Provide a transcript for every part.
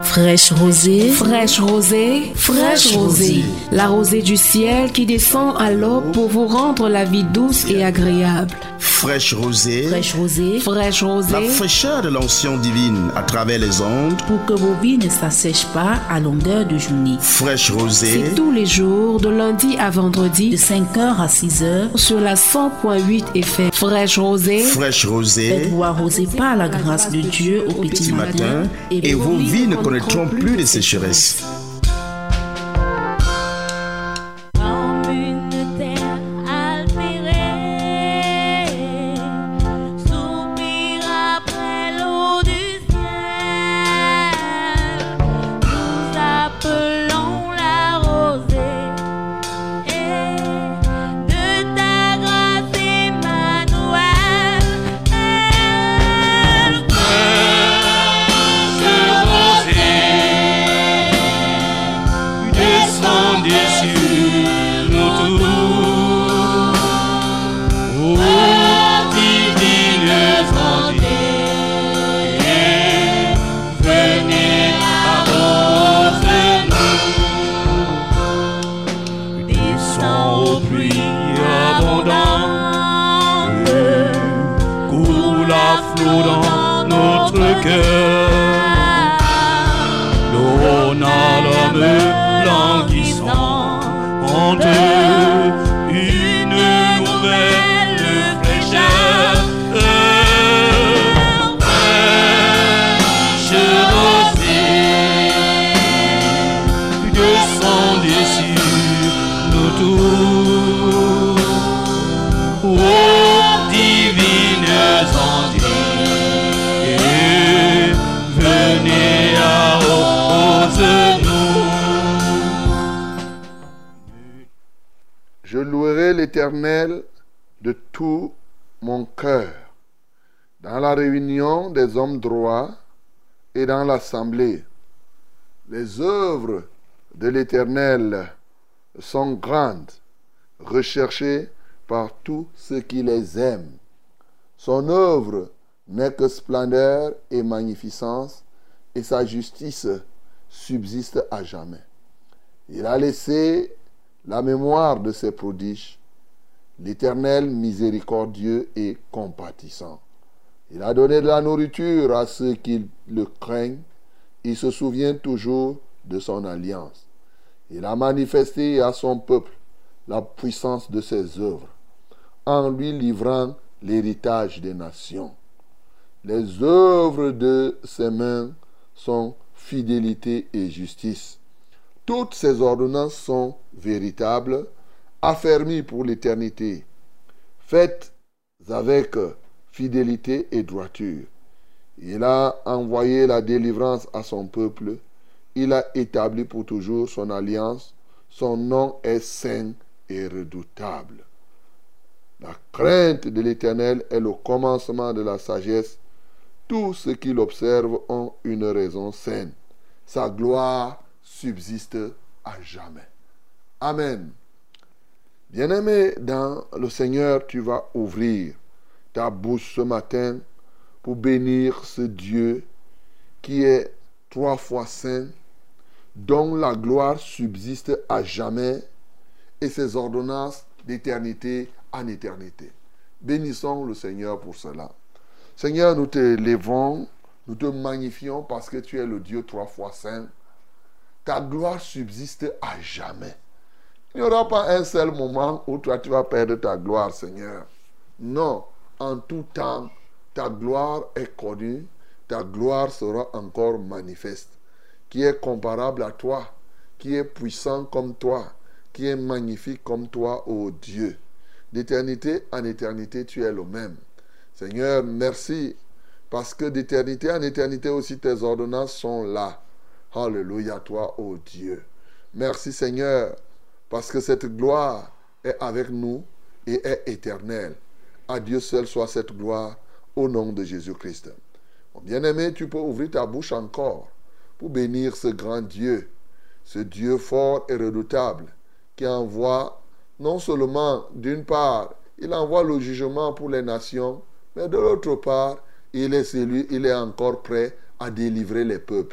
Fraîche rosée, fraîche rosée, fraîche rosée. La rosée du ciel qui descend à l'aube pour vous rendre la vie douce et agréable. Fraîche rosée, Fraîche rosée, fraîche rosée. la fraîcheur de l'onction divine à travers les ondes. Pour que vos vies ne s'assèchent pas à longueur de journée. Fraîche rosée, C'est tous les jours, de lundi à vendredi, De 5h à 6h, sur la 100.8 FM. Fraîche rosée, fraîche rosée, faites-vous arroser par la grâce de Dieu au petit matin et vos vies ne connaîtront plus de sécheresse. Comme une terre altérée, soupire après l'eau du ciel. Nous appelons la rosée et de ta grâce Emmanuel. Descendez sur nous tous, ô divines ondes, venez arroser-nous. Descends aux pluies abondantes, coule à flot dans notre cœur, donne à l'homme languissante une nouvelle fraîcheur. Fraîche rosée, descendez sur nous tous, ô divines ondes, venez arroser-nous. Je louerai l'Éternel de tout mon cœur, dans la réunion des hommes droits et dans l'assemblée. Les œuvres de l'Éternel sont grandes, recherchées par tous ceux qui les aiment. Son œuvre n'est que splendeur et magnificence, et sa justice subsiste à jamais. Il a laissé la mémoire de ses prodiges, l'Éternel miséricordieux et compatissant. Il a donné de la nourriture à ceux qui le craignent. Il se souvient toujours de son alliance. Il a manifesté à son peuple la puissance de ses œuvres, en lui livrant l'héritage des nations. Les œuvres de ses mains sont fidélité et justice. Toutes ces ordonnances sont véritables, affermies pour l'éternité, faites avec fidélité et droiture. Il a envoyé la délivrance à son peuple, il a établi pour toujours son alliance, son nom est saint et redoutable. La crainte de l'Éternel est le commencement de la sagesse. Tous ceux qui l'observent ont une raison saine. Sa gloire subsiste à jamais. Amen. Bien-aimé dans le Seigneur, tu vas ouvrir ta bouche ce matin pour bénir ce Dieu qui est 3 fois saint, dont la gloire subsiste à jamais et ses ordonnances d'éternité en éternité. Bénissons le Seigneur pour cela. Seigneur, nous te levons, nous te magnifions parce que tu es le Dieu 3 fois saint. Ta gloire subsiste à jamais. Il n'y aura pas un seul moment où toi tu vas perdre ta gloire, Seigneur. Non, en tout temps, ta gloire est connue, ta gloire sera encore manifeste. Qui est comparable à toi, qui est puissant comme toi, qui est magnifique comme toi, ô Dieu. D'éternité en éternité, tu es le même. Seigneur, merci, parce que d'éternité en éternité aussi tes ordonnances sont là. Alléluia, toi, ô Dieu. Merci, Seigneur, parce que cette gloire est avec nous et est éternelle. À Dieu seul soit cette gloire, au nom de Jésus-Christ. Mon bien-aimé, tu peux ouvrir ta bouche encore pour bénir ce grand Dieu, ce Dieu fort et redoutable, qui envoie non seulement, d'une part, il envoie le jugement pour les nations, mais de l'autre part, il est encore prêt à délivrer les peuples.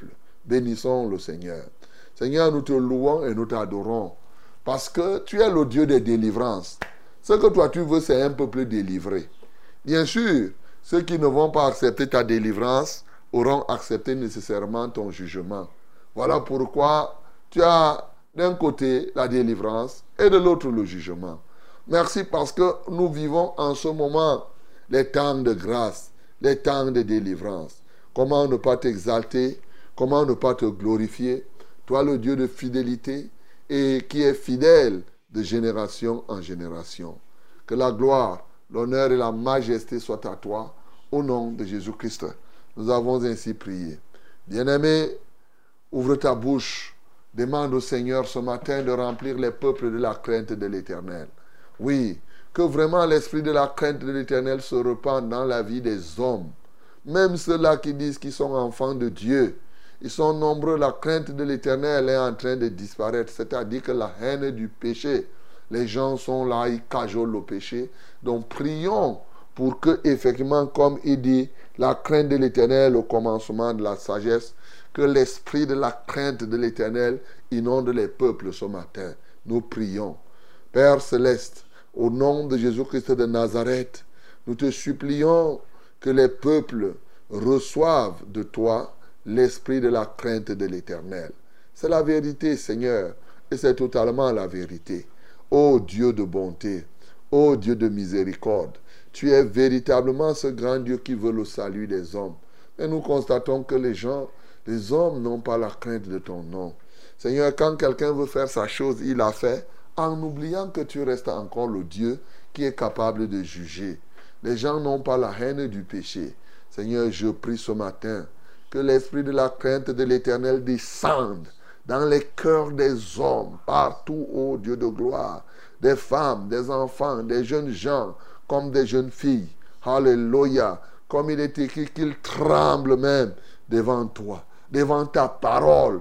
Bénissons le Seigneur. Seigneur, nous te louons et nous t'adorons. Parce que tu es le Dieu des délivrances. Ce que toi tu veux, c'est un peuple délivré. Bien sûr, ceux qui ne vont pas accepter ta délivrance auront accepté nécessairement ton jugement. Voilà pourquoi tu as d'un côté la délivrance et de l'autre le jugement. Merci parce que nous vivons en ce moment les temps de grâce, les temps de délivrance. Comment ne pas t'exalter, comment ne pas te glorifier, toi le Dieu de fidélité et qui est fidèle de génération en génération. Que la gloire, l'honneur et la majesté soient à toi, au nom de Jésus-Christ. Nous avons ainsi prié. Bien-aimé, ouvre ta bouche, demande au Seigneur ce matin de remplir les peuples de la crainte de l'Éternel. Oui, que vraiment l'esprit de la crainte de l'Éternel se répande dans la vie des hommes. Même ceux-là qui disent qu'ils sont enfants de Dieu, ils sont nombreux, la crainte de l'Éternel est en train de disparaître. C'est-à-dire que la haine du péché, les gens sont là, ils cajolent le péché. Donc prions pour que, effectivement, comme il dit, la crainte de l'Éternel au commencement de la sagesse, que l'esprit de la crainte de l'Éternel inonde les peuples ce matin. Nous prions. Père céleste, au nom de Jésus-Christ de Nazareth, nous te supplions que les peuples reçoivent de toi l'esprit de la crainte de l'Éternel. C'est la vérité, Seigneur, et c'est totalement la vérité. Ô Dieu de bonté, ô Dieu de miséricorde, tu es véritablement ce grand Dieu qui veut le salut des hommes. Et nous constatons que les hommes n'ont pas la crainte de ton nom. Seigneur, quand quelqu'un veut faire sa chose, il l'a fait, en oubliant que tu restes encore le Dieu qui est capable de juger. Les gens n'ont pas la haine du péché. Seigneur, je prie ce matin que l'esprit de la crainte de l'Éternel descende dans les cœurs des hommes, partout, ô Dieu de gloire, des femmes, des enfants, des jeunes gens, comme des jeunes filles. Alléluia. Comme il est écrit qu'ils tremblent même devant toi, devant ta parole.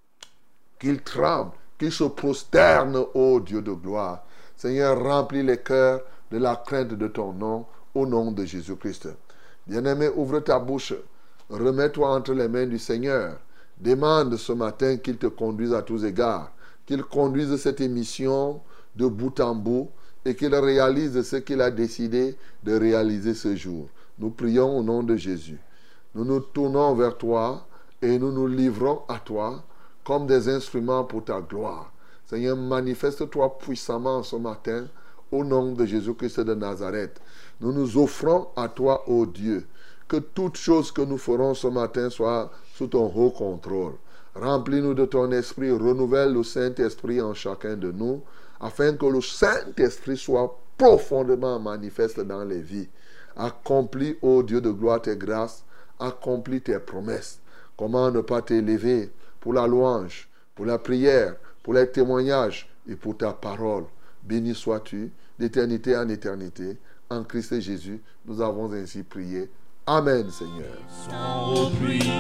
Qu'ils tremblent, qu'ils se prosternent, ô Dieu de gloire. Seigneur, remplis les cœurs de la crainte de ton nom, au nom de Jésus-Christ. Bien-aimé, ouvre ta bouche. Remets-toi entre les mains du Seigneur. Demande ce matin qu'il te conduise à tous égards, qu'il conduise cette émission de bout en bout et qu'il réalise ce qu'il a décidé de réaliser ce jour. Nous prions au nom de Jésus. Nous nous tournons vers toi et nous nous livrons à toi comme des instruments pour ta gloire. Seigneur, manifeste-toi puissamment ce matin au nom de Jésus-Christ de Nazareth. Nous nous offrons à toi, ô Dieu. Que toute chose que nous ferons ce matin soit sous ton haut contrôle. Remplis-nous de ton esprit, renouvelle le Saint-Esprit en chacun de nous, afin que le Saint-Esprit soit profondément manifeste dans les vies. Accomplis, ô Dieu de gloire, tes grâces, accomplis tes promesses. Comment ne pas t'élever pour la louange, pour la prière, pour les témoignages et pour ta parole. Béni sois-tu d'éternité en éternité. En Christ Jésus, nous avons ainsi prié. Amen, Seigneur. Son pluie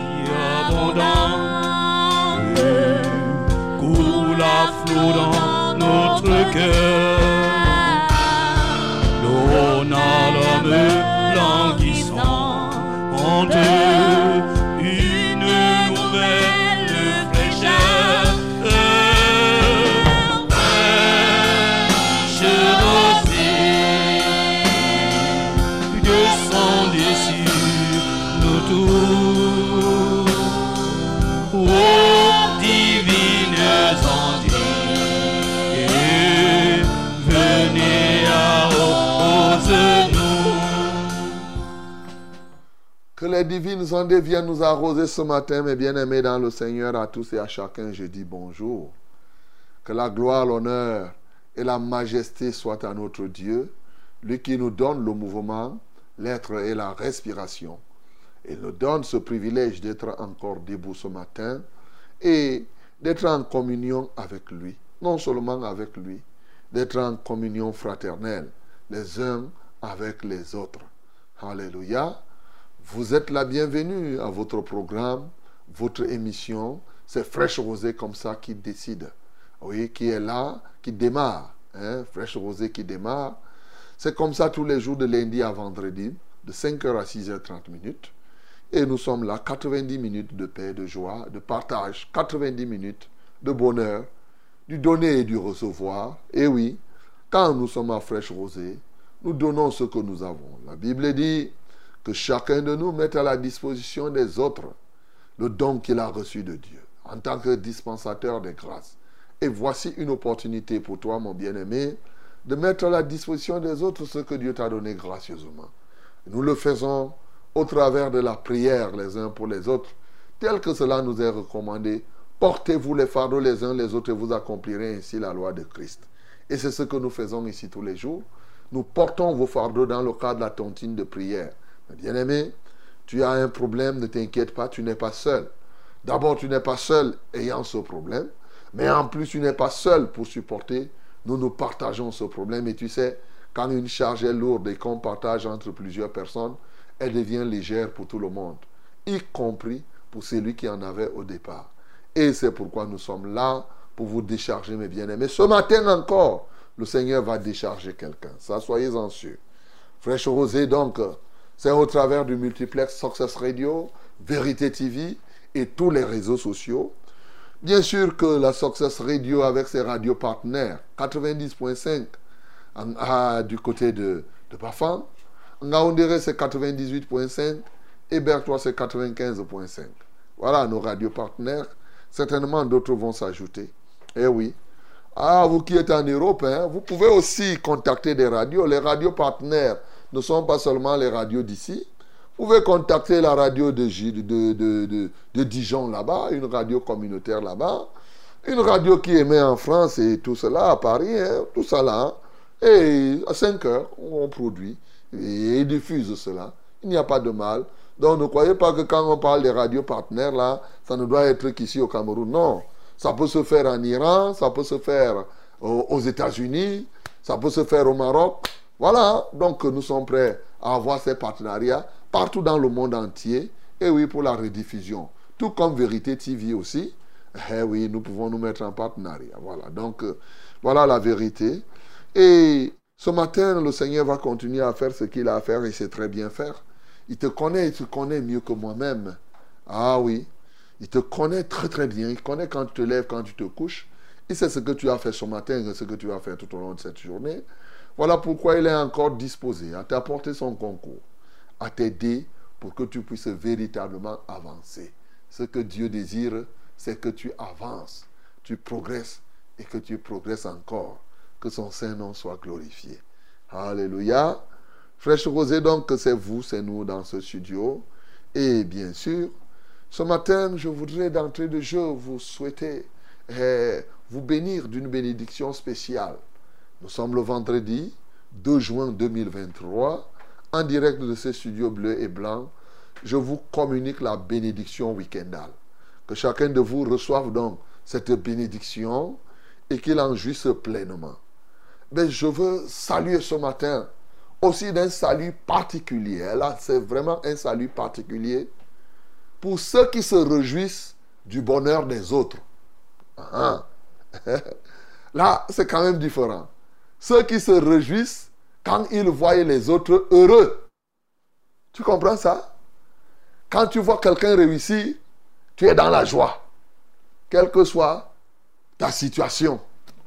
abondante coule à flot dans notre cœur. L'eau n'a l'homme languissant entre une nouvelle fraîcheur. Fraîche rosée descendez sur nous tous, ô divines ondes, et venez à nous. Que les divines ondes viennent nous arroser ce matin, mes bien-aimés dans le Seigneur, à tous et à chacun, je dis bonjour. Que la gloire, l'honneur et la majesté soient à notre Dieu, lui qui nous donne le mouvement, l'être et la respiration. Il nous donne ce privilège d'être encore debout ce matin et d'être en communion avec lui. Non seulement avec lui, d'être en communion fraternelle, les uns avec les autres. Alléluia. Vous êtes la bienvenue à votre programme, votre émission. C'est Fraîche Rosée comme ça qui décide. Oui, qui est là, qui démarre. Fraîche Rosée qui démarre. C'est comme ça tous les jours de lundi à vendredi, de 5h à 6h30. Et nous sommes là, 90 minutes de paix, de joie, de partage, 90 minutes de bonheur, du donner et du recevoir. Et oui, quand nous sommes à Fraîche Rosée, nous donnons ce que nous avons. La Bible dit que chacun de nous mette à la disposition des autres le don qu'il a reçu de Dieu, en tant que dispensateur des grâces. Et voici une opportunité pour toi, mon bien-aimé, de mettre à la disposition des autres ce que Dieu t'a donné gracieusement. Nous le faisons au travers de la prière les uns pour les autres, tel que cela nous est recommandé. Portez-vous les fardeaux les uns les autres et vous accomplirez ainsi la loi de Christ. Et c'est ce que nous faisons ici tous les jours. Nous portons vos fardeaux dans le cadre de la tontine de prière. Bien-aimé, tu as un problème, ne t'inquiète pas, tu n'es pas seul. D'abord, tu n'es pas seul ayant ce problème, mais en plus, tu n'es pas seul pour supporter. Nous partageons ce problème et tu sais, quand une charge est lourde et qu'on partage entre plusieurs personnes, elle devient légère pour tout le monde, y compris pour celui qui en avait au départ. Et c'est pourquoi nous sommes là pour vous décharger, mes bien-aimés. Ce matin encore, le Seigneur va décharger quelqu'un. Ça, soyez-en sûrs. Fraîche Rosée, donc, c'est au travers du multiplex Success Radio, Vérité TV et tous les réseaux sociaux. Bien sûr que la Success Radio avec ses radios partenaires, 90.5 du côté de Bafang, Ngaoundéré c'est 98.5 et Berthois c'est 95.5. Voilà nos radios partenaires. Certainement d'autres vont s'ajouter. Eh oui. Ah, vous qui êtes en Europe, vous pouvez aussi contacter des radios. Les radios partenaires ne sont pas seulement les radios d'ici. Vous pouvez contacter la radio de Dijon là-bas, une radio communautaire là-bas, une radio qui émet en France et tout cela à Paris, tout ça là. Et à 5 heures, on produit et diffuse cela. Il n'y a pas de mal. Donc ne croyez pas que quand on parle des radios partenaires là, ça ne doit être qu'ici au Cameroun. Non. Ça peut se faire en Iran, ça peut se faire aux États-Unis, ça peut se faire au Maroc. Voilà, donc nous sommes prêts à avoir ces partenariats partout dans le monde entier. Et oui, pour la rediffusion. Tout comme Vérité TV aussi. Eh oui, nous pouvons nous mettre en partenariat. Voilà, donc voilà la vérité. Et ce matin, le Seigneur va continuer à faire ce qu'il a à faire et sait très bien faire. Il te connaît mieux que moi-même. Ah oui. Il te connaît très très bien. Il connaît quand tu te lèves, quand tu te couches. Il sait ce que tu as fait ce matin et ce que tu vas faire tout au long de cette journée. Voilà pourquoi il est encore disposé à t'apporter son concours, à t'aider pour que tu puisses véritablement avancer. Ce que Dieu désire, c'est que tu avances, tu progresses et que tu progresses encore. Que son Saint-Nom soit glorifié. Alléluia. Fraîche Rosée, donc, c'est vous, c'est nous dans ce studio. Et bien sûr, ce matin, je voudrais d'entrée de jeu vous souhaiter, vous bénir d'une bénédiction spéciale. Nous sommes le vendredi 2 juin 2023, en direct de ce studio bleu et blanc. Je vous communique la bénédiction week-endale. Que chacun de vous reçoive donc cette bénédiction et qu'il en jouisse pleinement. Mais je veux saluer ce matin aussi d'un salut particulier. Là, c'est vraiment un salut particulier pour ceux qui se réjouissent du bonheur des autres. Là, c'est quand même différent. Ceux qui se réjouissent quand ils voient les autres heureux. Tu comprends ça? Quand tu vois quelqu'un réussir, tu es dans la joie. Quelle que soit ta situation.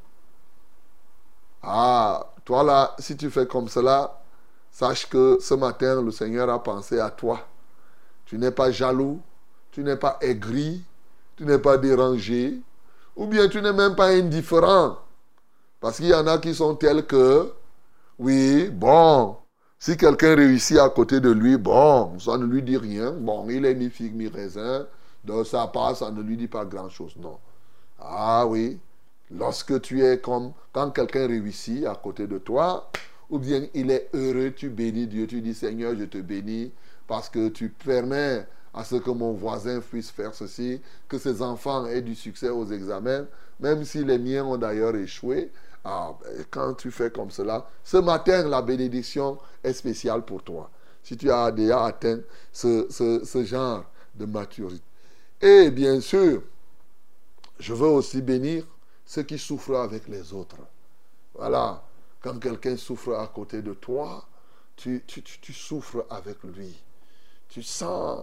Ah, toi là, si tu fais comme cela, sache que ce matin, le Seigneur a pensé à toi. Tu n'es pas jaloux, tu n'es pas aigri, tu n'es pas dérangé, ou bien tu n'es même pas indifférent. Parce qu'il y en a qui sont tels que, oui, bon, si quelqu'un réussit à côté de lui, bon, ça ne lui dit rien. Bon, il est ni figue ni raisin, donc ça passe, ça ne lui dit pas grand-chose. Non. Ah oui, lorsque tu es comme, quand quelqu'un réussit à côté de toi, ou bien il est heureux, tu bénis Dieu, tu dis Seigneur, je te bénis, parce que tu permets à ce que mon voisin puisse faire ceci, que ses enfants aient du succès aux examens, même si les miens ont d'ailleurs échoué. Ah, quand tu fais comme cela, ce matin, la bénédiction est spéciale pour toi. Si tu as déjà atteint ce genre de maturité. Et bien sûr, je veux aussi bénir ceux qui souffrent avec les autres. Voilà, quand quelqu'un souffre à côté de toi, tu souffres avec lui. Tu sens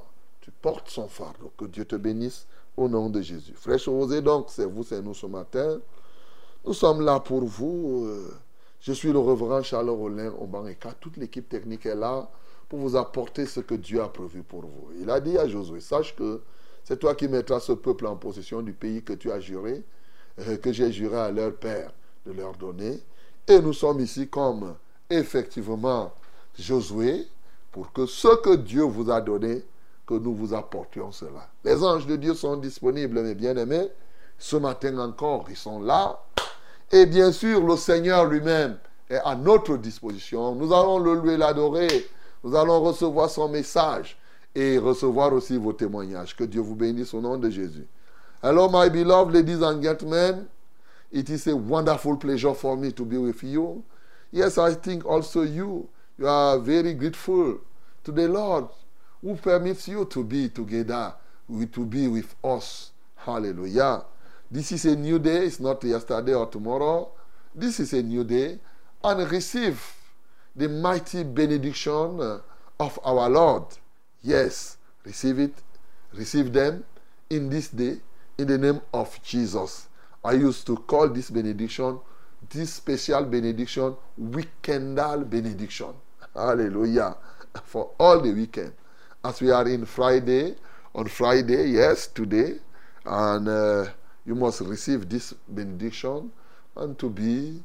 Tu portes son fardeau. Que Dieu te bénisse au nom de Jésus. Fraîche Rosée, donc, c'est vous, c'est nous ce matin. Nous sommes là pour vous. Je suis le reverend Charles Rollin Obaneka. Toute l'équipe technique est là pour vous apporter ce que Dieu a prévu pour vous. Il a dit à Josué, sache que c'est toi qui mettras ce peuple en possession du pays que tu as juré, que j'ai juré à leur père de leur donner. Et nous sommes ici comme, effectivement, Josué, pour que ce que Dieu vous a donné, que nous vous apportions cela. Les anges de Dieu sont disponibles, mes bien-aimés. Ce matin encore, ils sont là. Et bien sûr, le Seigneur lui-même est à notre disposition. Nous allons le louer, l'adorer. Nous allons recevoir son message et recevoir aussi vos témoignages. Que Dieu vous bénisse au nom de Jésus. Hello, my beloved ladies and gentlemen. It is a wonderful pleasure for me to be with you. Yes, I think also you are very grateful to the Lord who permits you to be together, to be with us. Hallelujah. This is a new day. It's not yesterday or tomorrow. This is a new day. And receive the mighty benediction of our Lord. Yes, receive it. Receive them in this day in the name of Jesus. I used to call this benediction, this special benediction, weekendal benediction. Hallelujah. For all the weekend. As we are in Friday, on Friday, yes, today, and you must receive this benediction and to be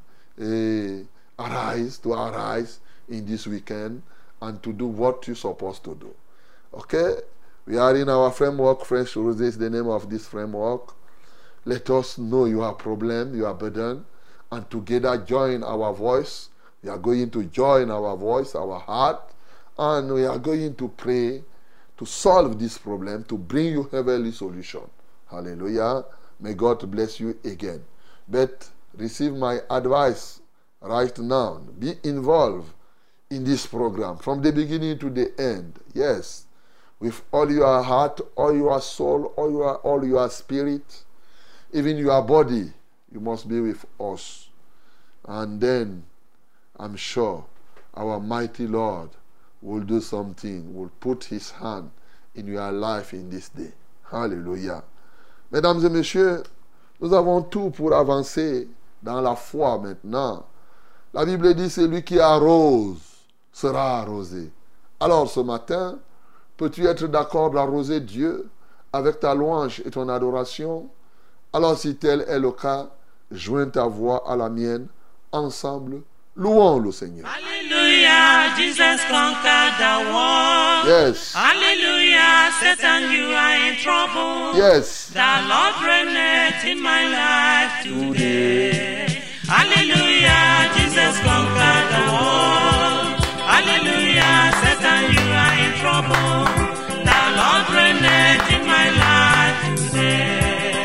arise in this weekend and to do what you're supposed to do. Okay? We are in our framework. Fresh Rosée is the name of this framework. Let us know your problem, your burden, and together join our voice. We are going to join our voice, our heart, and we are going to pray to solve this problem, to bring you heavenly solution. Hallelujah. May God bless you again. But receive my advice right now. Be involved in this program from the beginning to the end. Yes. With all your heart, all your soul, all your spirit, even your body, you must be with us. And then, I'm sure, our mighty Lord will do something, will put his hand in your life in this day. Hallelujah. Mesdames et messieurs, nous avons tout pour avancer dans la foi maintenant. La Bible dit, celui qui arrose sera arrosé. Alors ce matin, peux-tu être d'accord d'arroser Dieu avec ta louange et ton adoration? Alors si tel est le cas, joins ta voix à la mienne. Ensemble, louons le Seigneur. Hallelujah, Jesus conquered the world. Yes. Hallelujah, Satan, you are in trouble. Yes. The Lord reigneth in my life today. Hallelujah, Jesus conquered the world. Hallelujah, Satan, you are in trouble. The Lord reigneth in my life today.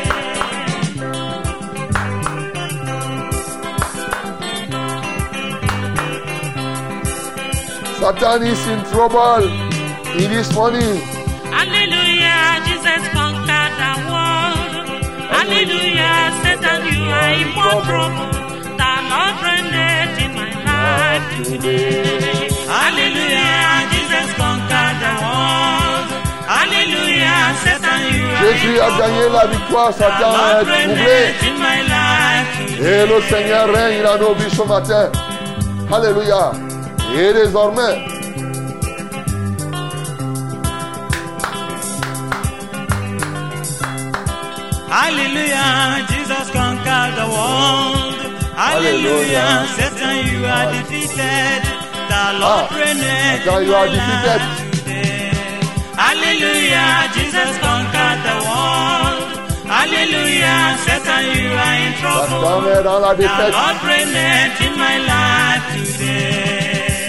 Satan is in trouble in this morning. Hallelujah, Jesus conquered the world. Hallelujah, Satan, you are in more trouble. The Lord reigneth in my life today. Hallelujah, Jesus conquered the world. Hallelujah, Satan, you are Jésus a gagné la victoire, Satan est troublé. in my life Et le Seigneur règne dans nos vies ce matin. Alléluia. Et désormais, Hallelujah, Jesus conquered the world. Hallelujah, Satan, you are defeated. The Lord reigneth Satan, you are defeated. today. Hallelujah, Jesus conquered the world. Hallelujah, Satan, you are in trouble. Satan est dans la The défaite. Lord reigneth in my life today.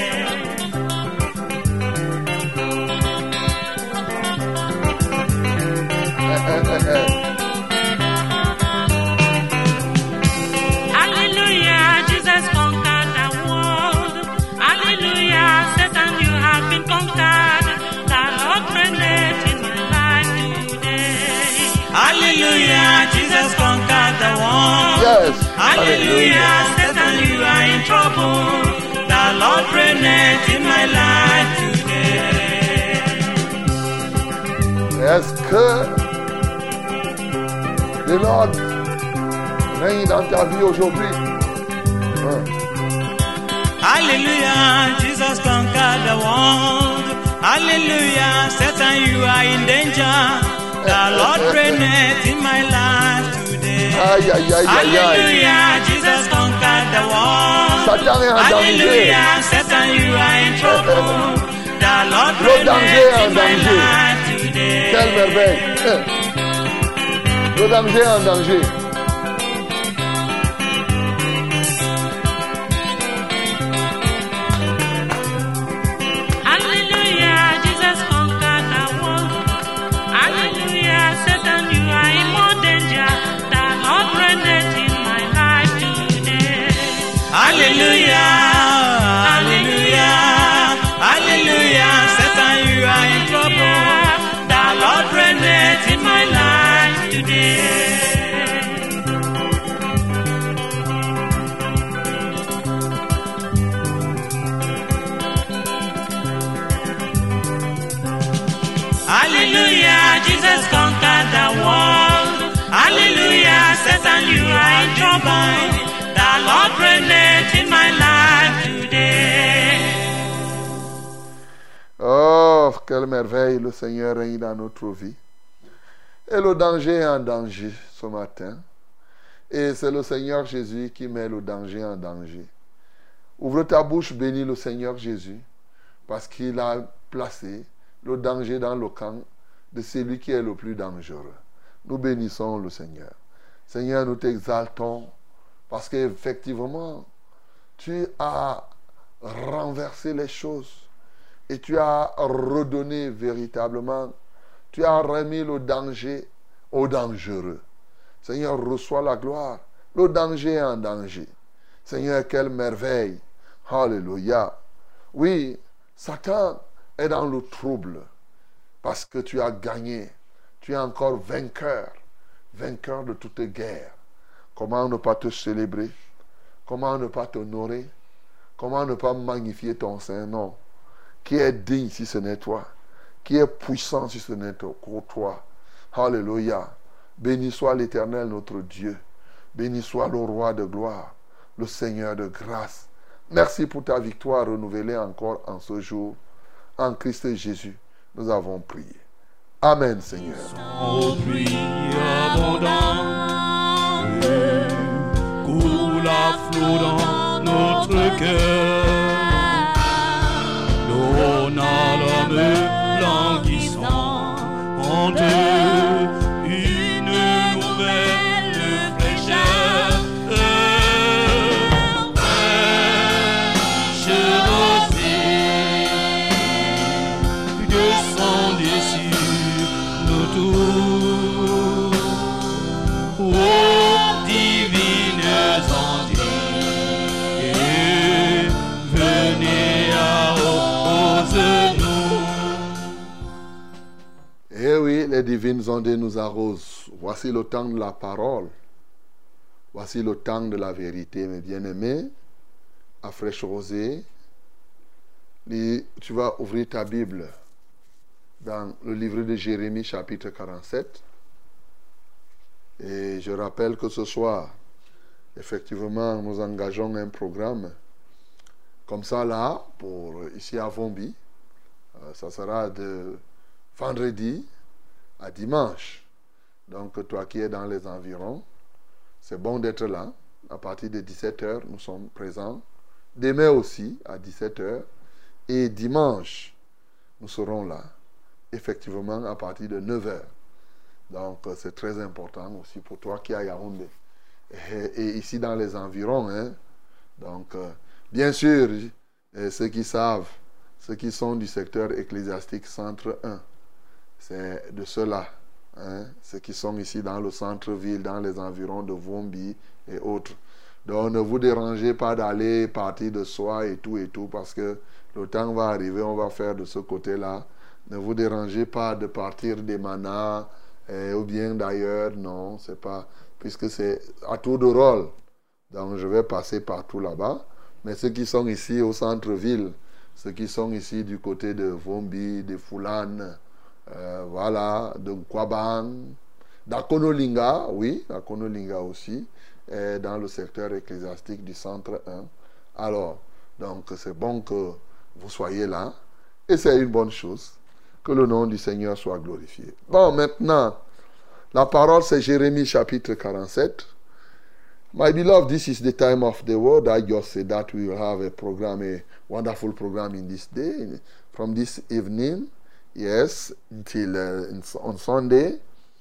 Hallelujah, Jesus conquered the world. Hallelujah, Satan, you have been conquered. The Lord reigneth in my life today. Hallelujah, Jesus conquered the world. Yes. Hallelujah, Satan, you are in trouble. The Lord reigneth in my life today. Est-ce que le Lord règne dans ta vie aujourd'hui? Hallelujah, Jesus conquered the world. Hallelujah, Satan, you are in danger. The Lord reigneth in my life today. Aïe, aïe, aïe, aïe, aïe. Hallelujah, Jesus conquered the world. Satan est en danger. Hallelujah, Satan, you are in trouble. The Lord Le danger est en reigneth in my danger. life today. Quelle merveille. Le danger est en danger. Hallelujah, Jesus conquered the world. Hallelujah, Satan, you are in more danger. The Lord reigneth in my life today. Hallelujah, hallelujah, hallelujah, Satan, you are in trouble. The Lord reigneth in my life today. Hallelujah, Jesus conquered the world. Hallelujah, Satan, you are in trouble. The Lord reigneth in my life today. Oh, quelle merveille, le Seigneur règne dans notre vie. Et le danger est en danger ce matin. Et c'est le Seigneur Jésus qui met le danger en danger. Ouvre ta bouche, bénis le Seigneur Jésus, parce qu'il a placé le danger dans le camp de celui qui est le plus dangereux. Nous bénissons le Seigneur. Seigneur, nous t'exaltons, parce qu'effectivement, tu as renversé les choses. Et tu as redonné véritablement, tu as remis le danger au dangereux. Seigneur, reçois la gloire. Le danger est en danger. Seigneur, quelle merveille. Alléluia. Oui, Satan est dans le trouble parce que tu as gagné. Tu es encore vainqueur. Vainqueur de toute guerre. Comment ne pas te célébrer? Comment ne pas t'honorer? Comment ne pas magnifier ton Saint-Nom? Qui est digne si ce n'est toi? Qui est puissant si ce n'est toi? Alléluia. Béni soit l'Éternel notre Dieu. Béni soit le Roi de gloire, le Seigneur de grâce. Merci pour ta victoire renouvelée encore en ce jour. En Christ Jésus, nous avons prié. Amen, Seigneur. Au pluie abondante, coule à flot dans notre cœur. L'eau n'a l'âme languissante, une nouvelle fraîcheur. Fraîche rosée, descendez sur nous tous. Ô divines ondes, venez arrose-nous. Eh oui, les divines ondes nous arrosent. Voici le temps de la parole. Voici le temps de la vérité, mes bien-aimés. À fraîche rosée, tu vas ouvrir ta Bible dans le livre de Jérémie, chapitre 47. Et je rappelle que ce soir, effectivement, nous engageons un programme comme ça là, pour ici à Vombi. Ça sera de vendredi à dimanche. Donc, toi qui es dans les environs, c'est bon d'être là. À partir de 17h, nous sommes présents. Demain aussi, à 17h. Et dimanche, nous serons là. Effectivement, à partir de 9h. Donc, c'est très important aussi pour toi qui es à Yaoundé. Et ici, dans les environs. Hein. Donc, bien sûr, ceux qui savent, ceux qui sont du secteur ecclésiastique centre 1, c'est de ceux-là. Hein, ceux qui sont ici dans le centre-ville, dans les environs de Vombi et autres. Donc ne vous dérangez pas d'aller partir de soi et tout, parce que le temps va arriver, on va faire de ce côté-là. Ne vous dérangez pas de partir des Manas ou bien d'ailleurs, non, c'est pas, puisque c'est à tour de rôle. Donc je vais passer partout là-bas. Mais ceux qui sont ici au centre-ville, ceux qui sont ici du côté de Vombi, de Foulane, Voilà, de Kwabang, d'Akonolinga, oui, Akonolinga aussi, dans le secteur ecclésiastique du centre 1. Alors, donc c'est bon que vous soyez là, et c'est une bonne chose, que le nom du Seigneur soit glorifié. Bon, maintenant, la parole c'est Jérémie chapitre 47. My beloved, this is the time of the word. I just said that we will have a program, a wonderful program in this day, from this evening, yes, until on Sunday,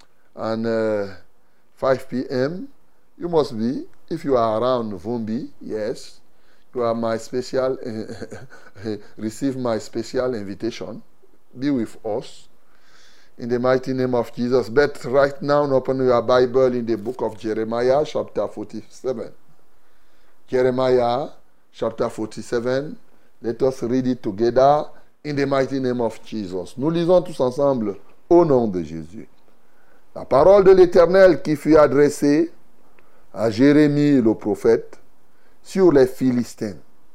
and 5 p.m. You must be, if you are around Vumbi, yes, you are my special, receive my special invitation. Be with us in the mighty name of Jesus. But right now, open your Bible in the book of Jeremiah, chapter 47. Jeremiah, chapter 47. Let us read it together in the mighty name of Jesus. Nous lisons tous ensemble au nom de Jésus. La parole de l'Éternel qui fut adressée à Jérémie le prophète sur les Philistins,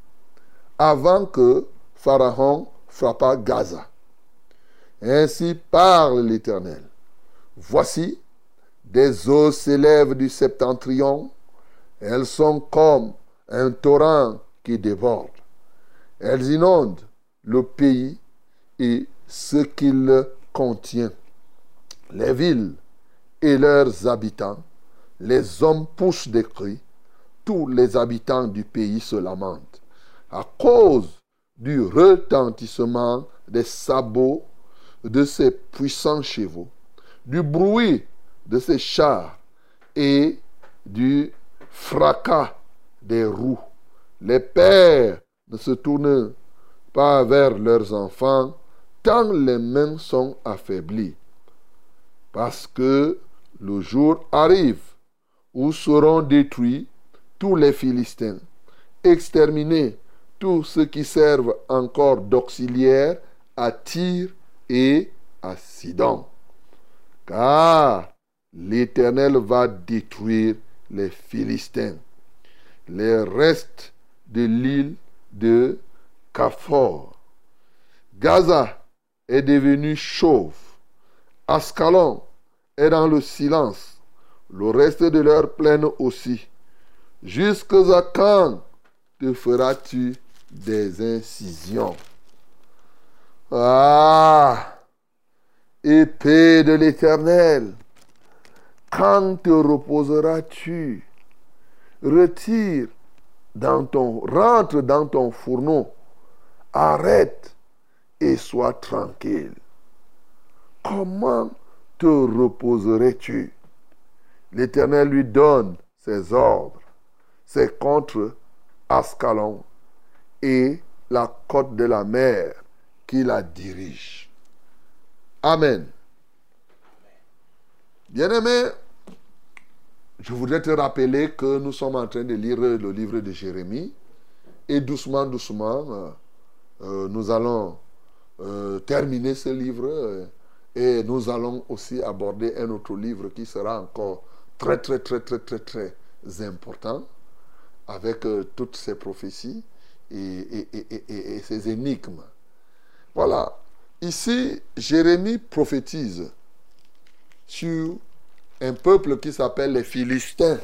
avant que Pharaon frappât Gaza. Ainsi parle l'Éternel. Voici, des eaux s'élèvent du septentrion. Elles sont comme un torrent qui déborde. Elles inondent le pays et ce qu'il contient. Les villes et leurs habitants, les hommes poussent des cris. Tous les habitants du pays se lamentent à cause du retentissement des sabots de ces puissants chevaux, du bruit de ces chars et du fracas des roues. Les pères ne se tournent pas vers leurs enfants tant les mains sont affaiblies. Parce que le jour arrive où seront détruits tous les Philistins, exterminés tous ceux qui servent encore d'auxiliaires à Tyr et à Sidon. Car l'Éternel va détruire les Philistins, les restes de l'île de Caphor. Gaza est devenu chauve. Ascalon est dans le silence. Le reste de leur plaine aussi. Jusqu'à quand te feras-tu des incisions? Ah, épée de l'Éternel, quand te reposeras-tu? Rentre dans ton fourneau, arrête et sois tranquille. Comment te reposerais-tu? L'Éternel lui donne ses ordres. C'est contre Ascalon et la côte de la mer qui la dirige. Amen. Bien-aimé, je voudrais te rappeler que nous sommes en train de lire le livre de Jérémie et doucement, nous allons terminer ce livre et nous allons aussi aborder un autre livre qui sera encore très important avec toutes ces prophéties et ces énigmes. Voilà. Ici, Jérémie prophétise sur un peuple qui s'appelle les Philistins.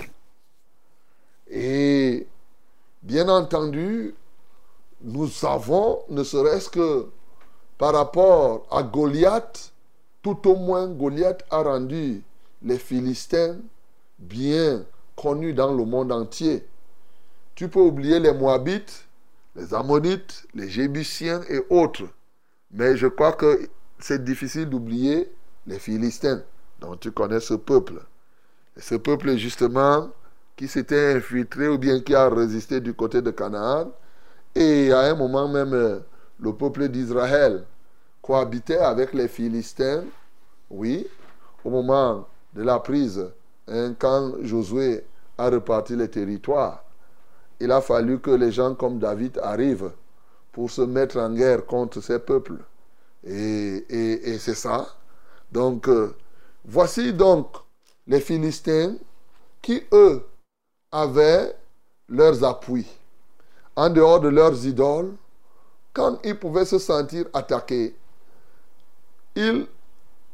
Et bien entendu, nous savons, ne serait-ce que par rapport à Goliath, tout au moins Goliath a rendu les Philistins bien connus dans le monde entier. Tu peux oublier les Moabites, les Ammonites, les Jébusiens et autres. Mais je crois que c'est difficile d'oublier les Philistins. Donc tu connais ce peuple. Et ce peuple justement qui s'était infiltré ou bien qui a résisté du côté de Canaan. Et à un moment même, le peuple d'Israël cohabitait avec les Philistins. Oui, au moment de la prise, quand Josué a reparti les territoires, il a fallu que les gens comme David arrivent pour se mettre en guerre contre ces peuples. Et c'est ça. Donc, voici donc les Philistins qui, eux, avaient leurs appuis. En dehors de leurs idoles, quand ils pouvaient se sentir attaqués, ils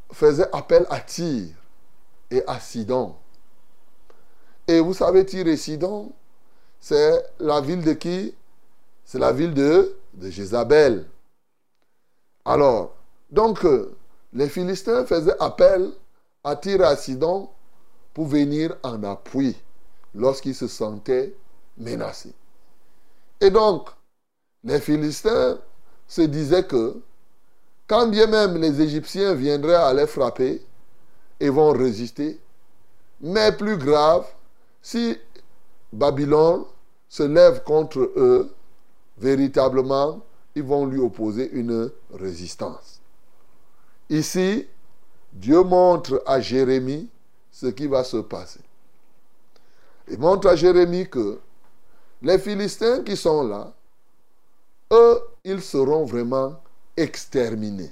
faisait appel à Tyr et à Sidon. Et vous savez, Tyr et Sidon, c'est la ville de qui? C'est la ville de Jézabel. Alors, donc, les Philistins faisaient appel à Tyr et à Sidon pour venir en appui lorsqu'ils se sentaient menacés. Et donc, les Philistins se disaient que quand bien même les Égyptiens viendraient à les frapper, ils vont résister. Mais plus grave, si Babylone se lève contre eux, véritablement, ils vont lui opposer une résistance. Ici, Dieu montre à Jérémie ce qui va se passer. Il montre à Jérémie que les Philistins qui sont là, eux, ils seront vraiment exterminés.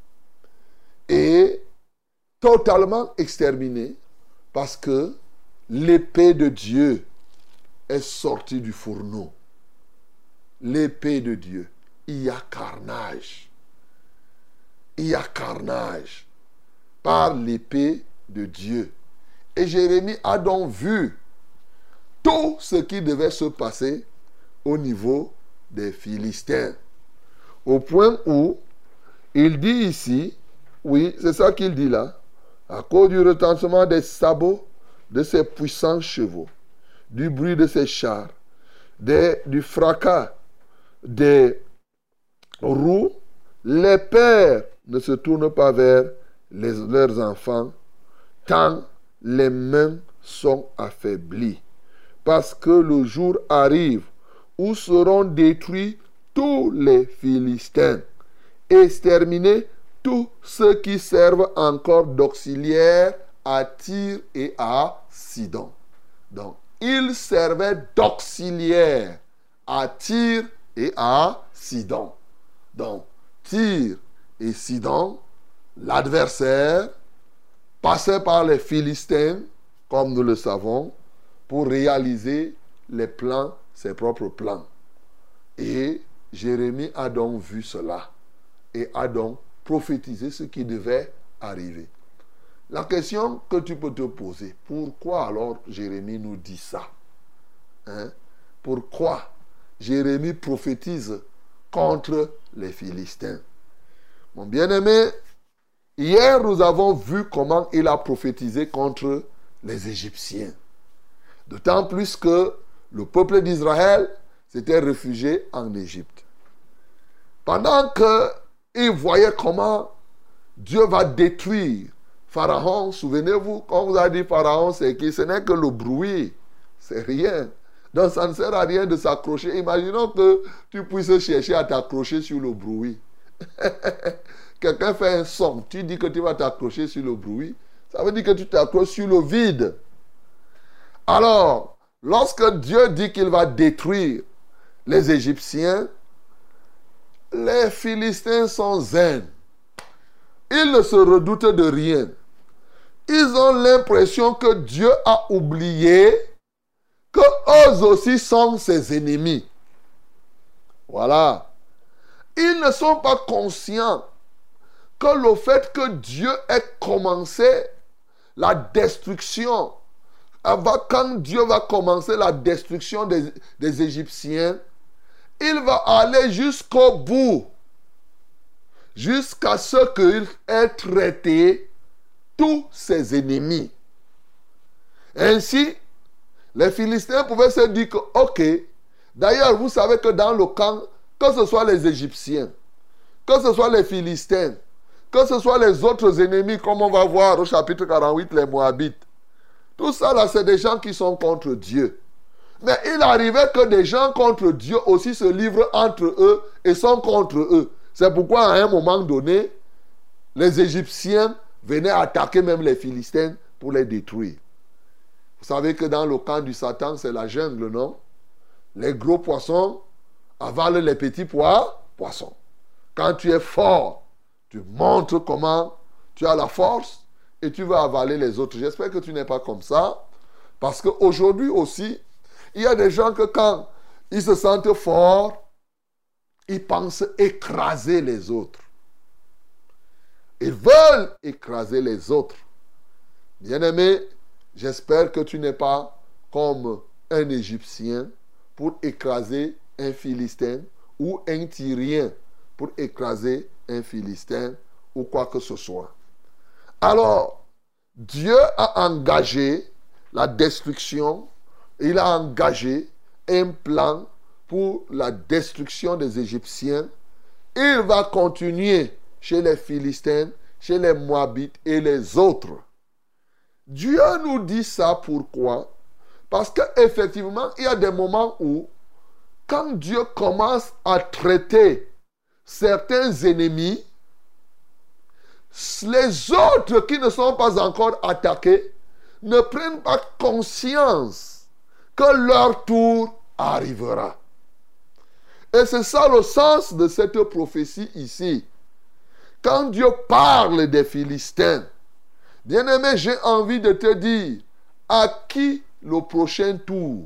Et totalement exterminés parce que l'épée de Dieu est sortie du fourneau. L'épée de Dieu. Il y a carnage. Il y a carnage par l'épée de Dieu. Et Jérémie a donc vu tout ce qui devait se passer au niveau des Philistins. Au point où il dit ici, oui, c'est ça qu'il dit là, à cause du retentissement des sabots de ses puissants chevaux, du bruit de ses chars, du fracas des roues, les pères ne se tournent pas vers leurs enfants, tant les mains sont affaiblies. Parce que le jour arrive où seront détruits tous les Philistins, exterminés tous ceux qui servent encore d'auxiliaires à Tyr et à Sidon. Donc, ils servaient d'auxiliaires à Tyr et à Sidon. Donc, Tyr et Sidon, l'adversaire, passait par les Philistins, comme nous le savons, pour réaliser les plans, ses propres plans. Et Jérémie a donc vu cela et a donc prophétisé ce qui devait arriver. La question que tu peux te poser, pourquoi alors Jérémie nous dit ça? Pourquoi Jérémie prophétise contre les Philistins? Mon bien-aimé, hier nous avons vu comment il a prophétisé contre les Égyptiens. D'autant plus que le peuple d'Israël s'était réfugié en Égypte. Pendant qu'il voyait comment Dieu va détruire Pharaon, souvenez-vous, quand on vous a dit Pharaon, c'est qui? Ce n'est que le bruit, c'est rien. Donc ça ne sert à rien de s'accrocher. Imaginons que tu puisses chercher à t'accrocher sur le bruit. Quelqu'un fait un son, tu dis que tu vas t'accrocher sur le bruit, ça veut dire que tu t'accroches sur le vide. Alors, lorsque Dieu dit qu'il va détruire les Égyptiens, les Philistins sont zen. Ils ne se redoutent de rien. Ils ont l'impression que Dieu a oublié qu'eux aussi sont ses ennemis. Voilà. Ils ne sont pas conscients que le fait que Dieu ait commencé la destruction, quand Dieu va commencer la destruction des Égyptiens, il va aller jusqu'au bout, jusqu'à ce qu'il ait traité tous ses ennemis. Ainsi, les Philistins pouvaient se dire que, ok, d'ailleurs, vous savez que dans le camp, que ce soit les Égyptiens, que ce soit les Philistins, que ce soit les autres ennemis, comme on va voir au chapitre 48, les Moabites, tout ça là, c'est des gens qui sont contre Dieu. Mais il arrivait que des gens contre Dieu aussi se livrent entre eux et sont contre eux. C'est pourquoi à un moment donné, les Égyptiens venaient attaquer même les Philistins pour les détruire. Vous savez que dans le camp du Satan, c'est la jungle, non? Les gros poissons avalent les petits poissons. Quand tu es fort, tu montres comment tu as la force et tu vas avaler les autres. J'espère que tu n'es pas comme ça. Parce qu'aujourd'hui aussi, il y a des gens que quand ils se sentent forts, ils pensent écraser les autres. Ils veulent écraser les autres. Bien-aimé, j'espère que tu n'es pas comme un Égyptien pour écraser un Philistin ou un Tyrien pour écraser un Philistin ou quoi que ce soit. Alors, Dieu a engagé la destruction, il a engagé un plan pour la destruction des Égyptiens. Il va continuer chez les Philistins, chez les Moabites et les autres. Dieu nous dit ça pourquoi? Parce qu'effectivement, il y a des moments où, quand Dieu commence à traiter certains ennemis, les autres qui ne sont pas encore attaqués ne prennent pas conscience que leur tour arrivera. Et c'est ça le sens de cette prophétie ici. Quand Dieu parle des Philistins, bien-aimé, j'ai envie de te dire, à qui le prochain tour?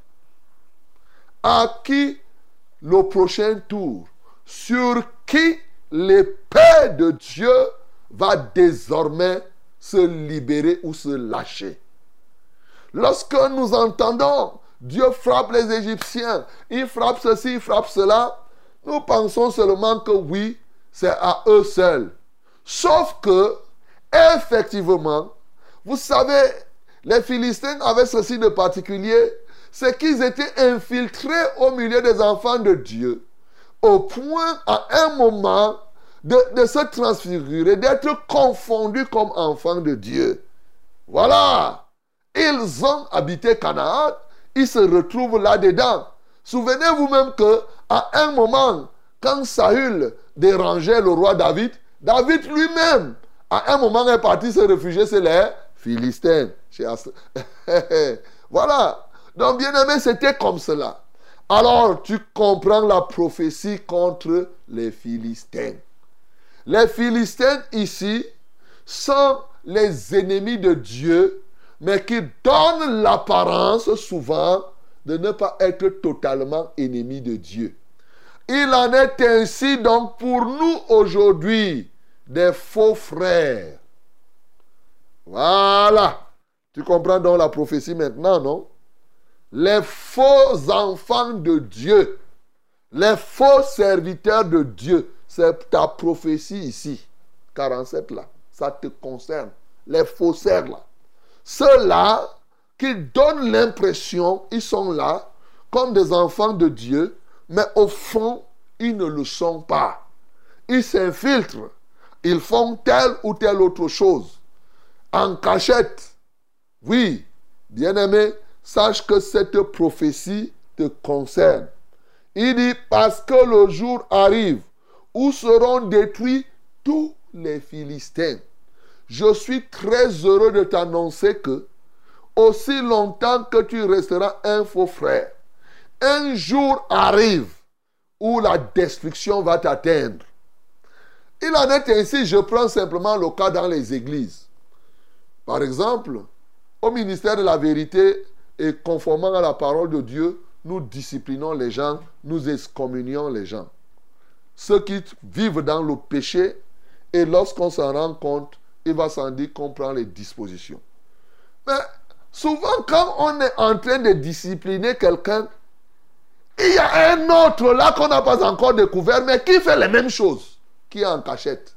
À qui le prochain tour? Sur qui l'épée de Dieu va désormais se libérer ou se lâcher? Lorsque nous entendons Dieu frappe les Égyptiens, il frappe ceci, il frappe cela, nous pensons seulement que oui, c'est à eux seuls. Sauf que, effectivement, vous savez, les Philistins avaient ceci de particulier, c'est qu'ils étaient infiltrés au milieu des enfants de Dieu, au point à un moment de se transfigurer, d'être confondus comme enfants de Dieu. Voilà. Ils ont habité Canaan, ils se retrouvent là-dedans. Souvenez-vous même qu'à un moment, quand Saül dérangeait le roi David, David lui-même, à un moment, est parti se réfugier chez les Philistins. Voilà. Donc, bien-aimé, c'était comme cela. Alors, tu comprends la prophétie contre les Philistins. Les Philistins ici sont les ennemis de Dieu, mais qui donnent l'apparence souvent de ne pas être totalement ennemis de Dieu. Il en est ainsi donc pour nous aujourd'hui, des faux frères. Voilà. Tu comprends donc la prophétie maintenant, non? Les faux enfants de Dieu, les faux serviteurs de Dieu, c'est ta prophétie ici, 47 là, ça te concerne, les faussaires là. Ceux-là qui donnent l'impression, ils sont là comme des enfants de Dieu, mais au fond, ils ne le sont pas. Ils s'infiltrent, ils font telle ou telle autre chose, en cachette. Oui, bien-aimé, sache que cette prophétie te concerne. Il dit, parce que le jour arrive où seront détruits tous les Philistins. Je suis très heureux de t'annoncer que, aussi longtemps que tu resteras un faux frère, un jour arrive où la destruction va t'atteindre. Il en est ainsi, je prends simplement le cas dans les églises. Par exemple, au ministère de la vérité et conformément à la parole de Dieu, nous disciplinons les gens, nous excommunions les gens. Ceux qui vivent dans le péché, et lorsqu'on s'en rend compte, il va s'en dire qu'on prend les dispositions. Mais souvent, quand on est en train de discipliner quelqu'un, il y a un autre là qu'on n'a pas encore découvert, mais qui fait les mêmes choses, qui est en cachette.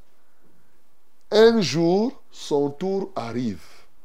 Un jour, son tour arrive.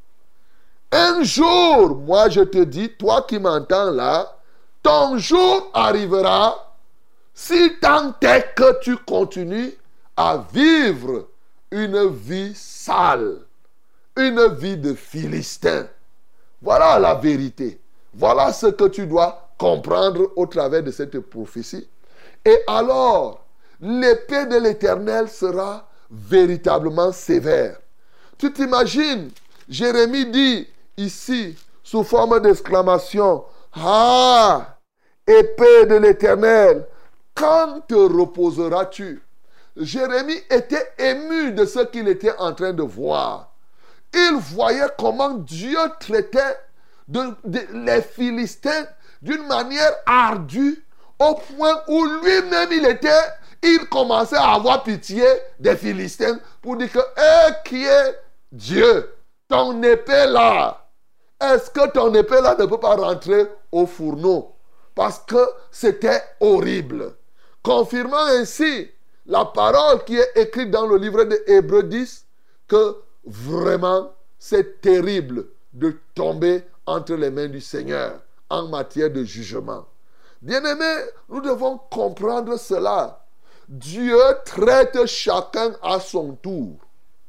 Un jour, moi je te dis, toi qui m'entends là, ton jour arrivera si tant est que tu continues à vivre une vie sale, une vie de Philistin. Voilà la vérité. Voilà ce que tu dois comprendre au travers de cette prophétie. Et alors, l'épée de l'Éternel sera véritablement sévère. Tu t'imagines, Jérémie dit ici, sous forme d'exclamation, « Ah, épée de l'Éternel, quand te reposeras-tu » Jérémie était ému de ce qu'il était en train de voir. Il voyait comment Dieu traitait les Philistins d'une manière ardue, au point où lui-même il commençait à avoir pitié des Philistins pour dire que, qui est Dieu? Ton épée là, est-ce que ton épée là ne peut pas rentrer au fourneau? Parce que c'était horrible. Confirmant ainsi la parole qui est écrite dans le livre de Hébreux 10, que vraiment c'est terrible de tomber entre les mains du Seigneur en matière de jugement. Bien-aimés, nous devons comprendre cela. Dieu traite chacun à son tour.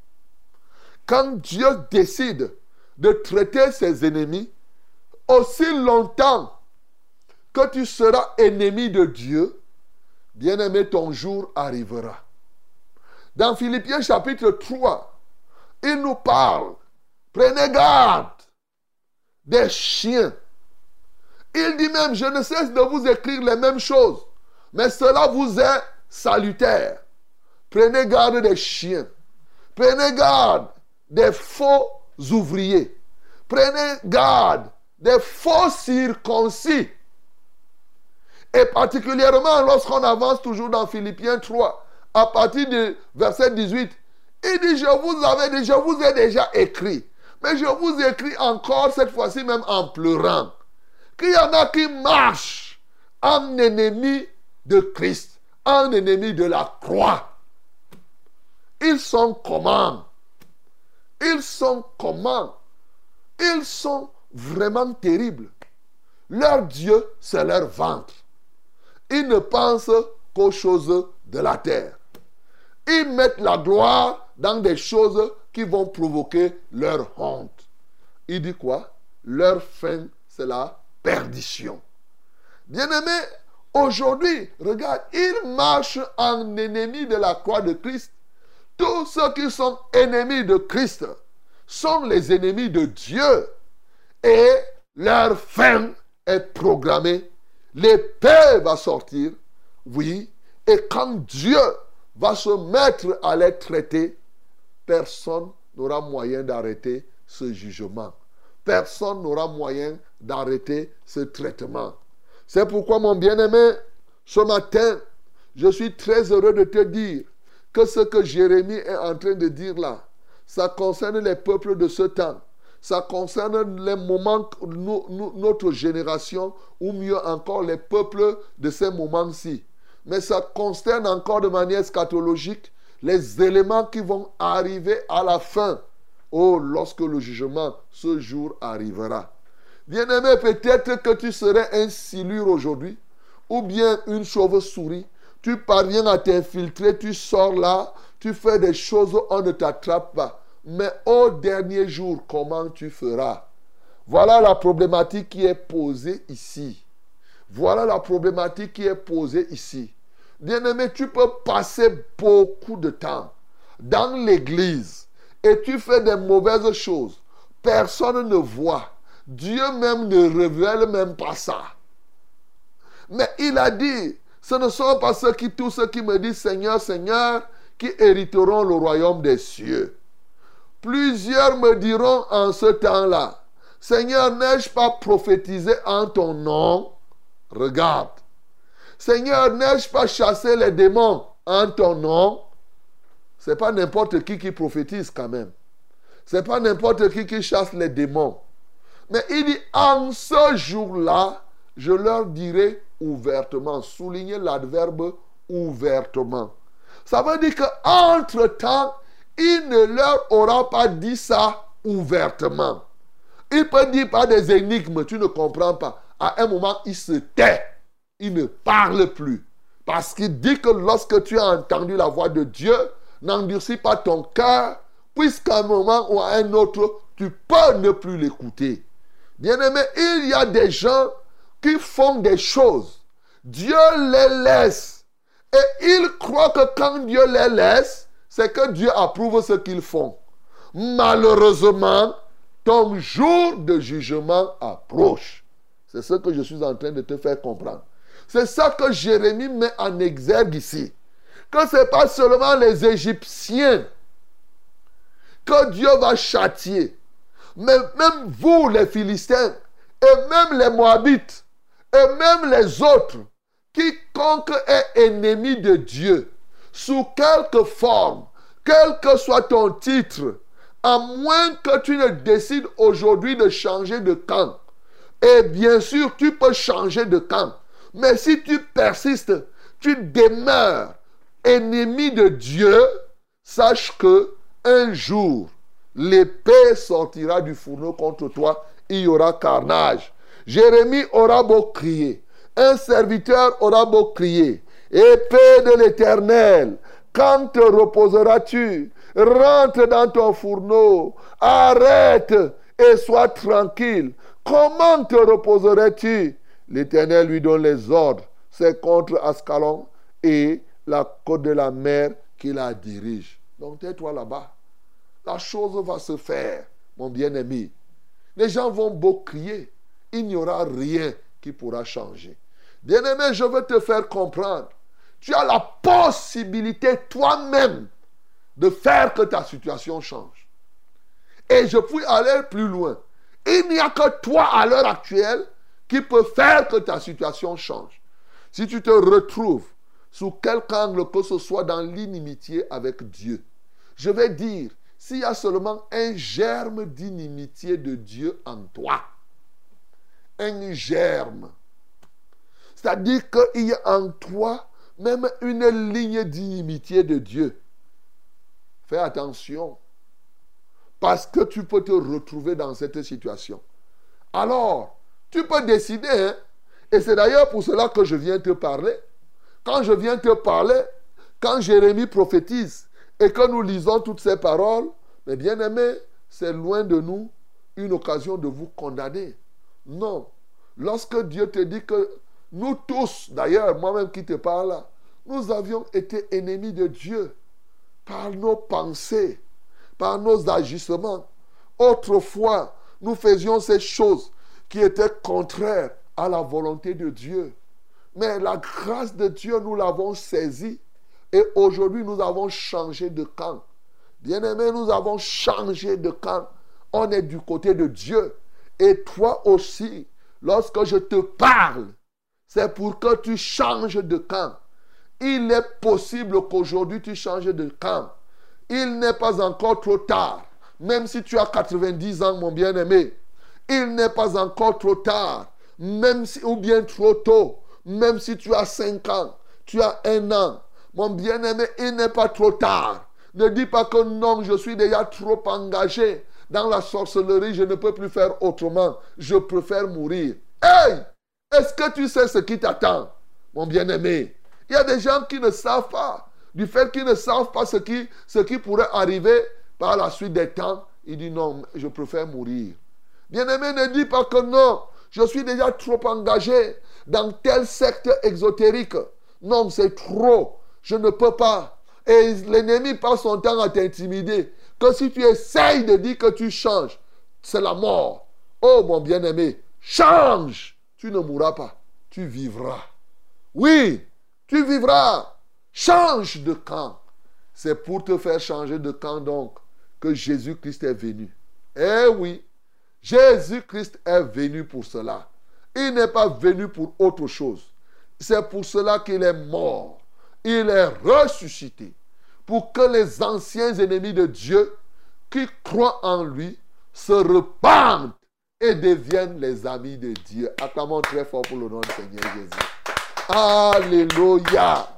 Quand Dieu décide de traiter ses ennemis, aussi longtemps que tu seras ennemi de Dieu, bien-aimé, ton jour arrivera. Dans Philippiens chapitre 3, il nous parle, prenez garde des chiens. Il dit même, je ne cesse de vous écrire les mêmes choses, mais cela vous est salutaire. Prenez garde des chiens. Prenez garde des faux ouvriers. Prenez garde des faux circoncis. Et particulièrement lorsqu'on avance toujours dans Philippiens 3, à partir du verset 18, il dit, je vous ai déjà écrit, mais je vous écris encore cette fois-ci même en pleurant, qu'il y en a qui marchent en ennemi de Christ, en ennemi de la croix. Ils sont comment? Ils sont comment? Ils sont vraiment terribles. Leur Dieu, c'est leur ventre. Ils ne pensent qu'aux choses de la terre. Ils mettent la gloire dans des choses qui vont provoquer leur honte. Il dit quoi? Leur fin, c'est la perdition. Bien-aimés, aujourd'hui, regarde, ils marchent en ennemis de la croix de Christ. Tous ceux qui sont ennemis de Christ sont les ennemis de Dieu. Et leur fin est programmée. L'épée va sortir, oui. Et quand Dieu va se mettre à les traiter, personne n'aura moyen d'arrêter ce jugement. Personne n'aura moyen d'arrêter ce traitement. C'est pourquoi, mon bien-aimé, ce matin, je suis très heureux de te dire que ce que Jérémie est en train de dire là, ça concerne les peuples de ce temps. Ça concerne les moments, notre génération, ou mieux encore les peuples de ces moments-ci. Mais ça concerne encore de manière eschatologique les éléments qui vont arriver à la fin. Oh, lorsque le jugement, ce jour arrivera. Bien-aimé, peut-être que tu serais un silure aujourd'hui, ou bien une chauve-souris. Tu parviens à t'infiltrer, tu sors là, tu fais des choses, on ne t'attrape pas. Mais au dernier jour, comment tu feras? Voilà la problématique qui est posée ici. Voilà la problématique qui est posée ici. Bien-aimé, tu peux passer beaucoup de temps dans l'église et tu fais des mauvaises choses. Personne ne voit. Dieu même ne révèle même pas ça. Mais il a dit, ce ne sont pas tous ceux qui me disent Seigneur, Seigneur, qui hériteront le royaume des cieux. Plusieurs me diront en ce temps-là, Seigneur, n'ai-je pas prophétisé en ton nom? Regarde. Seigneur, n'ai-je pas chassé les démons en ton nom? Ce n'est pas n'importe qui prophétise quand même. Ce n'est pas n'importe qui chasse les démons. Mais il dit, en ce jour-là, je leur dirai ouvertement. Soulignez l'adverbe ouvertement. Ça veut dire qu'entre-temps, il ne leur aura pas dit ça ouvertement. Il peut dire pas des énigmes, tu ne comprends pas. À un moment, il se tait. Il ne parle plus. Parce qu'il dit que lorsque tu as entendu la voix de Dieu, n'endurcis pas ton cœur, puisqu'à un moment ou à un autre, tu peux ne plus l'écouter. Bien-aimé, il y a des gens qui font des choses. Dieu les laisse. Et ils croient que quand Dieu les laisse, c'est que Dieu approuve ce qu'ils font. Malheureusement, ton jour de jugement approche. C'est ce que je suis en train de te faire comprendre. C'est ça que Jérémie met en exergue ici. Que ce n'est pas seulement les Égyptiens que Dieu va châtier. Mais même vous, les Philistins, et même les Moabites, et même les autres quiconque est ennemi de Dieu, sous quelque forme, quel que soit ton titre, à moins que tu ne décides aujourd'hui de changer de camp. Et bien sûr, tu peux changer de camp. Mais si tu persistes, tu demeures ennemi de Dieu, sache que un jour, l'épée sortira du fourneau contre toi, il y aura carnage. Jérémie aura beau crier, un serviteur aura beau crier, épée de l'Éternel, quand te reposeras-tu? Rentre dans ton fourneau, arrête et sois tranquille. Comment te reposerais-tu? L'Éternel lui donne les ordres. C'est contre Ascalon et la côte de la mer qui la dirige. Donc tais-toi là-bas. La chose va se faire, mon bien-aimé. Les gens vont beau crier. Il n'y aura rien qui pourra changer. Bien-aimé, je veux te faire comprendre. Tu as la possibilité toi-même de faire que ta situation change. Et je puis aller plus loin. Il n'y a que toi à l'heure actuelle qui peut faire que ta situation change. Si tu te retrouves sous quelque angle que ce soit dans l'inimitié avec Dieu, je vais dire, s'il y a seulement un germe d'inimitié de Dieu en toi, un germe, c'est-à-dire qu'il y a en toi même une ligne d'inimitié de Dieu, fais attention, parce que tu peux te retrouver dans cette situation. Alors, tu peux décider, hein, et c'est d'ailleurs pour cela que je viens te parler. Quand je viens te parler, quand Jérémie prophétise et que nous lisons toutes ces paroles, mes bien-aimés, c'est loin de nous une occasion de vous condamner. Non. Lorsque Dieu te dit que nous tous, d'ailleurs, moi-même qui te parle là, nous avions été ennemis de Dieu par nos pensées, par nos agissements. Autrefois, nous faisions ces choses qui étaient contraires à la volonté de Dieu. Mais la grâce de Dieu, nous l'avons saisie. Et aujourd'hui, nous avons changé de camp. Bien-aimés, nous avons changé de camp. On est du côté de Dieu. Et toi aussi, lorsque je te parle, c'est pour que tu changes de camp. Il est possible qu'aujourd'hui, tu changes de camp. Il n'est pas encore trop tard. Même si tu as 90 ans, mon bien-aimé, il n'est pas encore trop tard. Même si, ou bien trop tôt. Même si tu as 5 ans, tu as 1 an. Mon bien-aimé, il n'est pas trop tard. Ne dis pas que non, je suis déjà trop engagé dans la sorcellerie, je ne peux plus faire autrement. Je préfère mourir. Hey! Est-ce que tu sais ce qui t'attend, mon bien-aimé? Il y a des gens qui ne savent pas. Du fait qu'ils ne savent pas ce qui pourrait arriver par la suite des temps, il dit non, je préfère mourir. Bien-aimé, ne dis pas que non, je suis déjà trop engagé dans telle secte exotérique. Non, c'est trop. Je ne peux pas. Et l'ennemi passe son temps à t'intimider. Que si tu essayes de dire que tu changes, c'est la mort. Oh mon bien-aimé, change. Tu ne mourras pas. Tu vivras. Oui, tu vivras. Change de camp. C'est pour te faire changer de camp donc que Jésus-Christ est venu. Eh oui, Jésus-Christ est venu pour cela. Il n'est pas venu pour autre chose. C'est pour cela qu'il est mort. Il est ressuscité. Pour que les anciens ennemis de Dieu qui croient en lui se repentent et deviennent les amis de Dieu. Acclamons très fort pour le nom du Seigneur Jésus. Alléluia.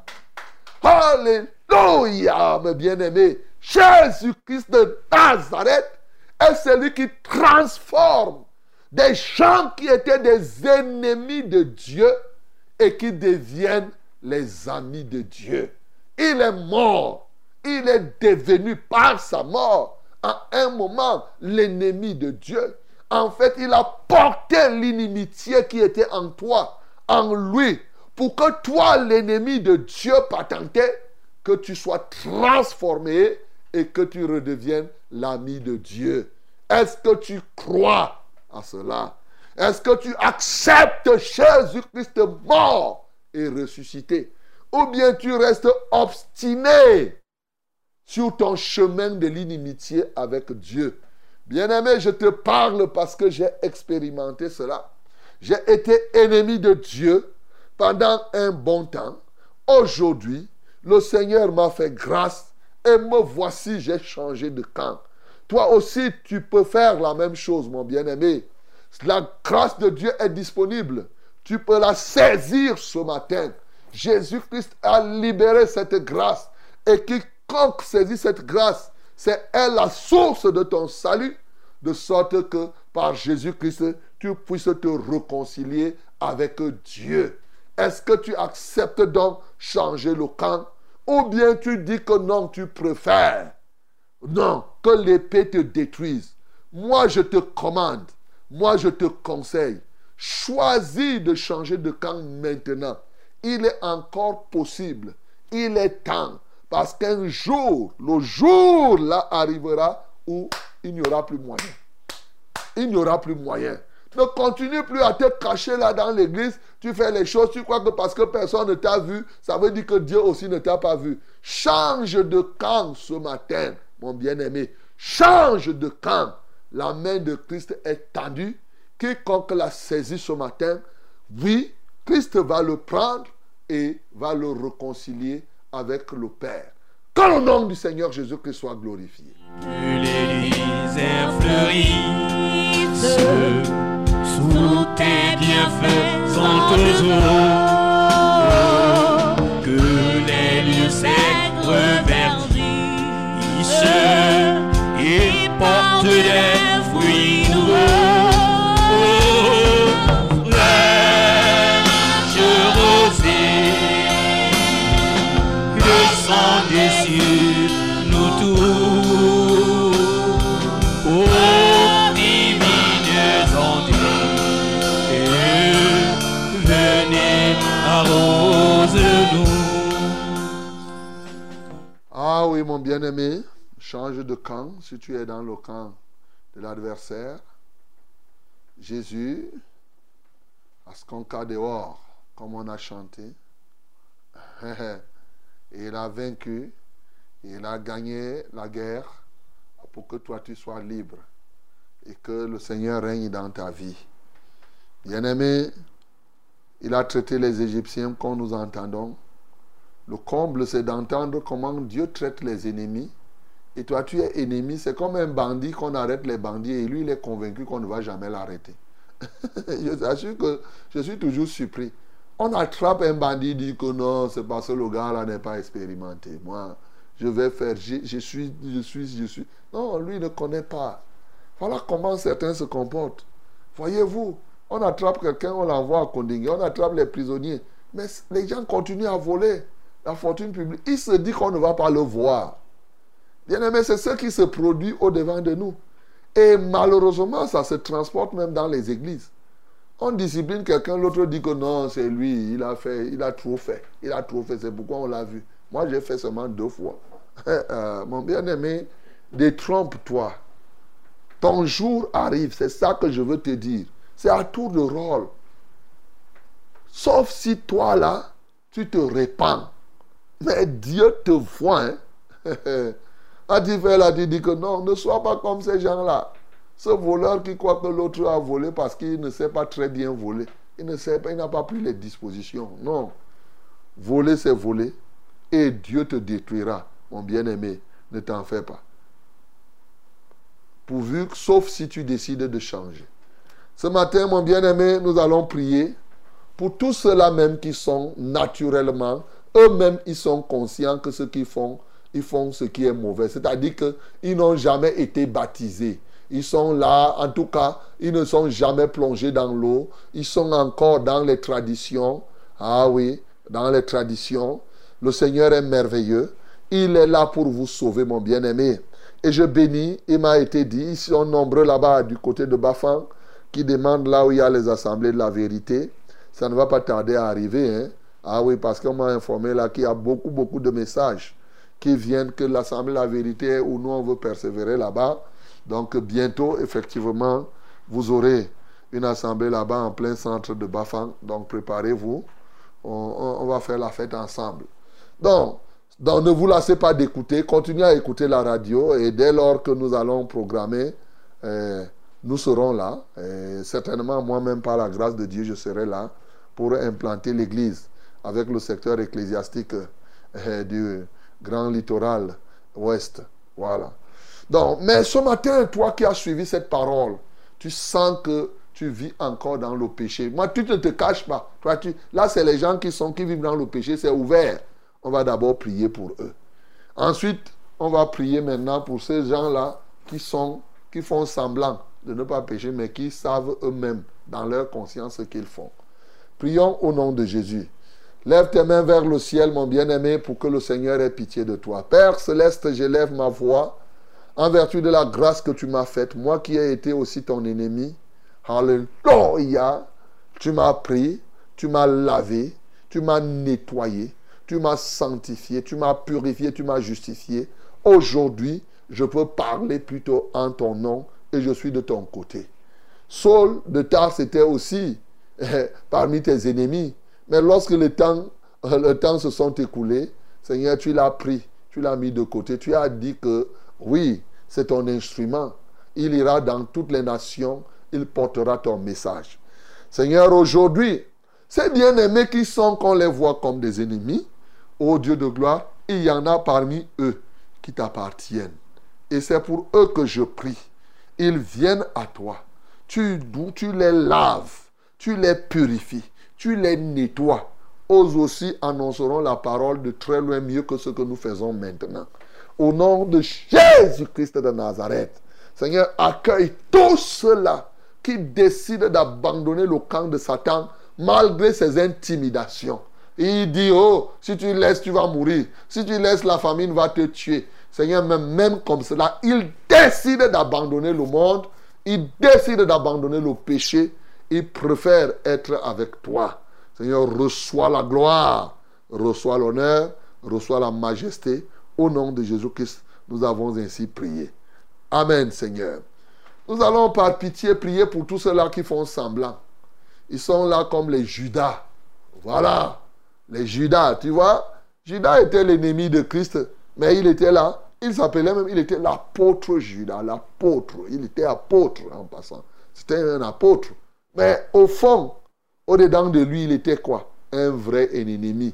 Alléluia, mes bien-aimés. Jésus-Christ de Nazareth est celui qui transforme des gens qui étaient des ennemis de Dieu et qui deviennent les amis de Dieu. Il est mort. Il est devenu par sa mort à un moment l'ennemi de Dieu. En fait, il a porté l'inimitié qui était en toi, en lui, pour que toi, l'ennemi de Dieu patenté, que tu sois transformé et que tu redeviennes l'ami de Dieu. Est-ce que tu crois à cela? Est-ce que tu acceptes Jésus-Christ mort et ressuscité? Ou bien tu restes obstiné sur ton chemin de l'inimitié avec Dieu? Bien-aimé, je te parle parce que j'ai expérimenté cela. J'ai été ennemi de Dieu pendant un bon temps. Aujourd'hui, le Seigneur m'a fait grâce et me voici, j'ai changé de camp. Toi aussi, tu peux faire la même chose, mon bien-aimé. La grâce de Dieu est disponible. Tu peux la saisir ce matin. Jésus-Christ a libéré cette grâce. Et quiconque saisit cette grâce, c'est elle la source de ton salut. De sorte que par Jésus-Christ, tu puisses te réconcilier avec Dieu. Est-ce que tu acceptes donc changer le camp? Ou bien tu dis que non, tu préfères? Non, que l'épée te détruise. Moi, je te commande. Moi, je te conseille. Choisis de changer de camp maintenant. Il est encore possible. Il est temps. Parce qu'un jour, le jour là arrivera où il n'y aura plus moyen. Il n'y aura plus moyen. Ne continue plus à te cacher là dans l'église. Tu fais les choses, tu crois que parce que personne ne t'a vu, ça veut dire que Dieu aussi ne t'a pas vu. Change de camp ce matin, mon bien-aimé. Change de camp. La main de Christ est tendue. Quiconque l'a saisi ce matin, oui, Christ va le prendre et va le réconcilier avec le Père. Que le nom du Seigneur Jésus-Christ soit glorifié. Que les déserts fleurissent sous tes bienfaisants eaux. Que les lieux secs reverdissent et portent des fruits nouveaux. Des cieux, nous tous, ô divines ondes, venez arrose-nous. Ah oui, mon bien-aimé, change de camp si tu es dans le camp de l'adversaire. Jésus, à ce qu'on cas dehors, comme on a chanté, et il a vaincu, il a gagné la guerre pour que toi tu sois libre et que le Seigneur règne dans ta vie. Bien-aimé, il a traité les Égyptiens comme nous entendons. Le comble, c'est d'entendre comment Dieu traite les ennemis. Et toi, tu es ennemi. C'est comme un bandit qu'on arrête les bandits et lui, il est convaincu qu'on ne va jamais l'arrêter. Je t'assure que je suis toujours surpris. On attrape un bandit, dit que non, c'est parce que le gars-là n'est pas expérimenté. Moi, je vais faire, je suis. Non, lui ne connaît pas. Voilà comment certains se comportent. Voyez-vous, on attrape quelqu'un, on l'envoie à Kondingue, on attrape les prisonniers. Mais les gens continuent à voler la fortune publique. Il se dit qu'on ne va pas le voir. Bien aimé, c'est ce qui se produit au-devant de nous. Et malheureusement, ça se transporte même dans les églises. On discipline quelqu'un, l'autre dit que non, c'est lui, il a trop fait. Il a trop fait, c'est pourquoi on l'a vu. Moi, j'ai fait seulement 2 fois. Mon bien-aimé, détrompe-toi. Ton jour arrive, c'est ça que je veux te dire. C'est à tour de rôle. Sauf si toi, là, tu te répands. Mais Dieu te voit. Antiphèle a dit que non, ne sois pas comme ces gens-là. Ce voleur qui croit que l'autre a volé parce qu'il ne sait pas très bien voler. Il ne sait pas, il n'a pas pris les dispositions. Non. Voler, c'est voler. Et Dieu te détruira, mon bien-aimé. Ne t'en fais pas. Pourvu, sauf si tu décides de changer. Ce matin, mon bien-aimé, nous allons prier pour tous ceux-là même qui sont naturellement, eux-mêmes, ils sont conscients que ce qu'ils font, ils font ce qui est mauvais. C'est-à-dire qu'ils n'ont jamais été baptisés. Ils sont là, en tout cas, ils ne sont jamais plongés dans l'eau. Ils sont encore dans les traditions. Ah oui, dans les traditions. Le Seigneur est merveilleux. Il est là pour vous sauver, mon bien-aimé. Et je bénis, il m'a été dit, ils sont nombreux là-bas du côté de Bafang, qui demandent là où il y a les assemblées de la vérité. Ça ne va pas tarder à arriver. Hein? Ah oui, parce qu'on m'a informé là qu'il y a beaucoup de messages qui viennent que l'assemblée de la vérité où nous on veut persévérer là-bas. Donc bientôt, effectivement, vous aurez une assemblée là-bas en plein centre de Bafang. Donc préparez-vous. On va faire la fête ensemble. Donc, ne vous lassez pas d'écouter. Continuez à écouter la radio. Et dès lors que nous allons programmer, nous serons là. Et certainement, moi-même, par la grâce de Dieu, je serai là pour implanter l'église avec le secteur ecclésiastique du grand littoral ouest. Voilà. Donc, mais ce matin, toi qui as suivi cette parole, tu sens que tu vis encore dans le péché. Moi, tu ne te caches pas. Toi, là, c'est les gens qui vivent dans le péché, c'est ouvert. On va d'abord prier pour eux. Ensuite, on va prier maintenant pour ces gens-là qui font semblant de ne pas pécher, mais qui savent eux-mêmes dans leur conscience ce qu'ils font. Prions au nom de Jésus. Lève tes mains vers le ciel, mon bien-aimé, pour que le Seigneur ait pitié de toi. Père céleste, j'élève ma voix en vertu de la grâce que tu m'as faite, moi qui ai été aussi ton ennemi. Alléluia. Tu m'as pris, tu m'as lavé, tu m'as nettoyé, tu m'as sanctifié, tu m'as purifié, tu m'as justifié. Aujourd'hui, je peux parler plutôt en ton nom et je suis de ton côté. Saul de Tarse était aussi parmi tes ennemis. Mais lorsque le temps se sont écoulés, Seigneur, tu l'as pris, tu l'as mis de côté. Tu as dit que oui, c'est ton instrument. Il ira dans toutes les nations, il portera ton message. Seigneur, aujourd'hui, ces bien-aimés qui sont, qu'on les voit comme des ennemis, ô Dieu de gloire, il y en a parmi eux qui t'appartiennent. Et c'est pour eux que je prie. Ils viennent à toi. Tu les laves, tu les purifies, tu les nettoies. Eux aussi annonceront la parole de très loin mieux que ce que nous faisons maintenant. Au nom de Jésus-Christ de Nazareth, Seigneur, accueille tous ceux-là qui décident d'abandonner le camp de Satan malgré ses intimidations. Il dit, oh, si tu laisses, tu vas mourir. Si tu laisses, la famine va te tuer. Seigneur, même comme cela, ils décident d'abandonner le monde. Ils décident d'abandonner le péché. Ils préfèrent être avec toi. Seigneur, reçois la gloire, reçois l'honneur, reçois la majesté. Au nom de Jésus-Christ, nous avons ainsi prié. Amen, Seigneur. Nous allons par pitié prier pour tous ceux-là qui font semblant. Ils sont là comme les Judas. Voilà, les Judas, tu vois. Judas était l'ennemi de Christ, mais il était là. Il s'appelait même, il était l'apôtre Judas, l'apôtre. Il était apôtre en passant. C'était un apôtre. Mais au fond, au-dedans de lui, il était quoi? Un vrai ennemi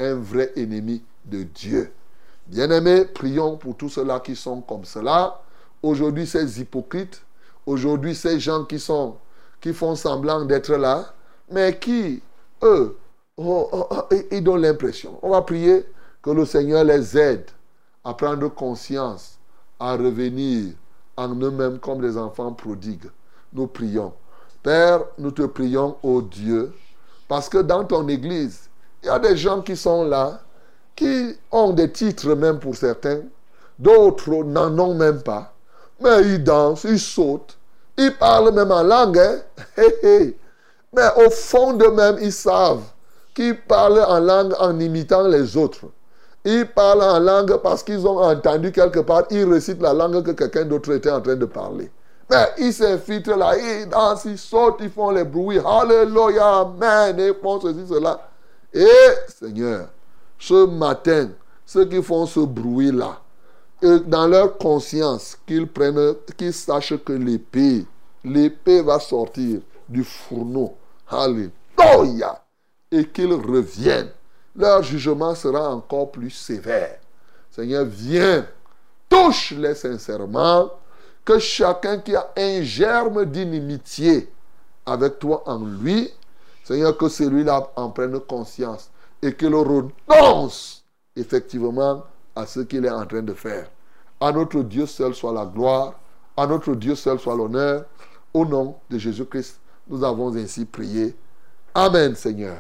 de Dieu. Bien-aimés, prions pour tous ceux-là qui sont comme cela. Aujourd'hui, ces hypocrites, aujourd'hui, ces gens qui font semblant d'être là, mais qui, eux, ils ont l'impression. On va prier que le Seigneur les aide à prendre conscience, à revenir en eux-mêmes comme des enfants prodigues. Nous prions. Père, nous te prions, ô Dieu, parce que dans ton église, il y a des gens qui sont là, qui ont des titres même pour certains, d'autres n'en ont même pas, mais ils dansent, ils sautent, ils parlent même en langue, mais au fond d'eux-mêmes, ils savent qu'ils parlent en langue en imitant les autres. Ils parlent en langue parce qu'ils ont entendu quelque part, ils récitent la langue que quelqu'un d'autre était en train de parler. Mais ils s'infiltrent là, ils dansent, ils sautent, ils font les bruits. Alléluia, amen, et font ceci, cela. Et Seigneur, ce matin, ceux qui font ce bruit-là, dans leur conscience, qu'ils sachent que l'épée va sortir du fourneau. Alléluia. Et qu'ils reviennent. Leur jugement sera encore plus sévère. Seigneur, viens, touche-les sincèrement, que chacun qui a un germe d'inimitié avec toi en lui, Seigneur, que celui-là en prenne conscience et qu'il renonce effectivement à ce qu'il est en train de faire. À notre Dieu seul soit la gloire, à notre Dieu seul soit l'honneur. Au nom de Jésus-Christ, nous avons ainsi prié. Amen, Seigneur.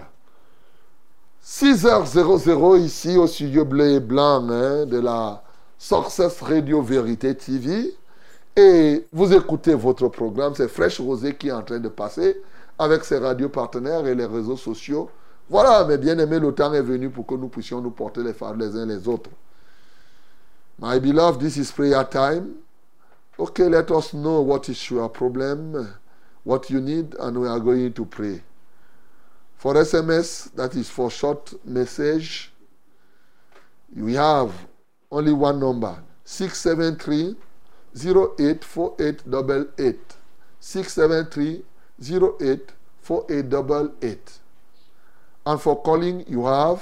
6h00 ici au studio bleu et blanc de la Success Radio Vérité TV. Et vous écoutez votre programme, c'est Fraîche Rosée qui est en train de passer avec ses radios partenaires et les réseaux sociaux. Voilà, mes bien-aimés, le temps est venu pour que nous puissions nous porter les fardeaux les uns les autres. My beloved, this is prayer time. Okay, let us know what is your problem, what you need, and we are going to pray. For SMS, that is for short message, we have only one number, 673-084888. 673-084888. And for calling, you have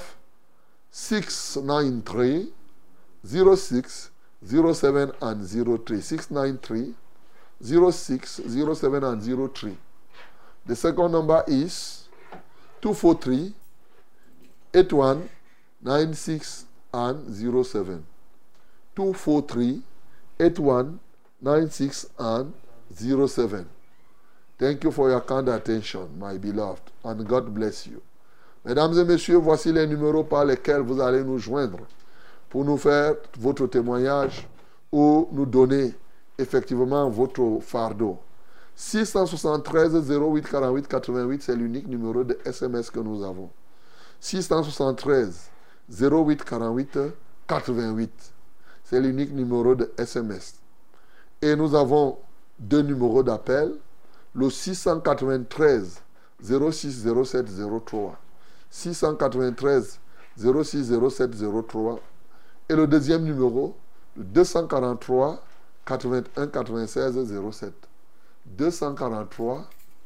693 06 07 and 03. 693 06 07 and 03. The second number is 243 81 96 and 07. 243 81 96 and 07. Thank you for your kind attention, my beloved, and God bless you. Mesdames et messieurs, voici les numéros par lesquels vous allez nous joindre pour nous faire votre témoignage ou nous donner effectivement votre fardeau. 673 08 48 88, c'est l'unique numéro de SMS que nous avons. 673 08 48 88, c'est l'unique numéro de SMS. Et nous avons deux numéros d'appel, le 693 06 07 03. 693 06 07 03. Et le deuxième numéro, le 243 81 96 07. 243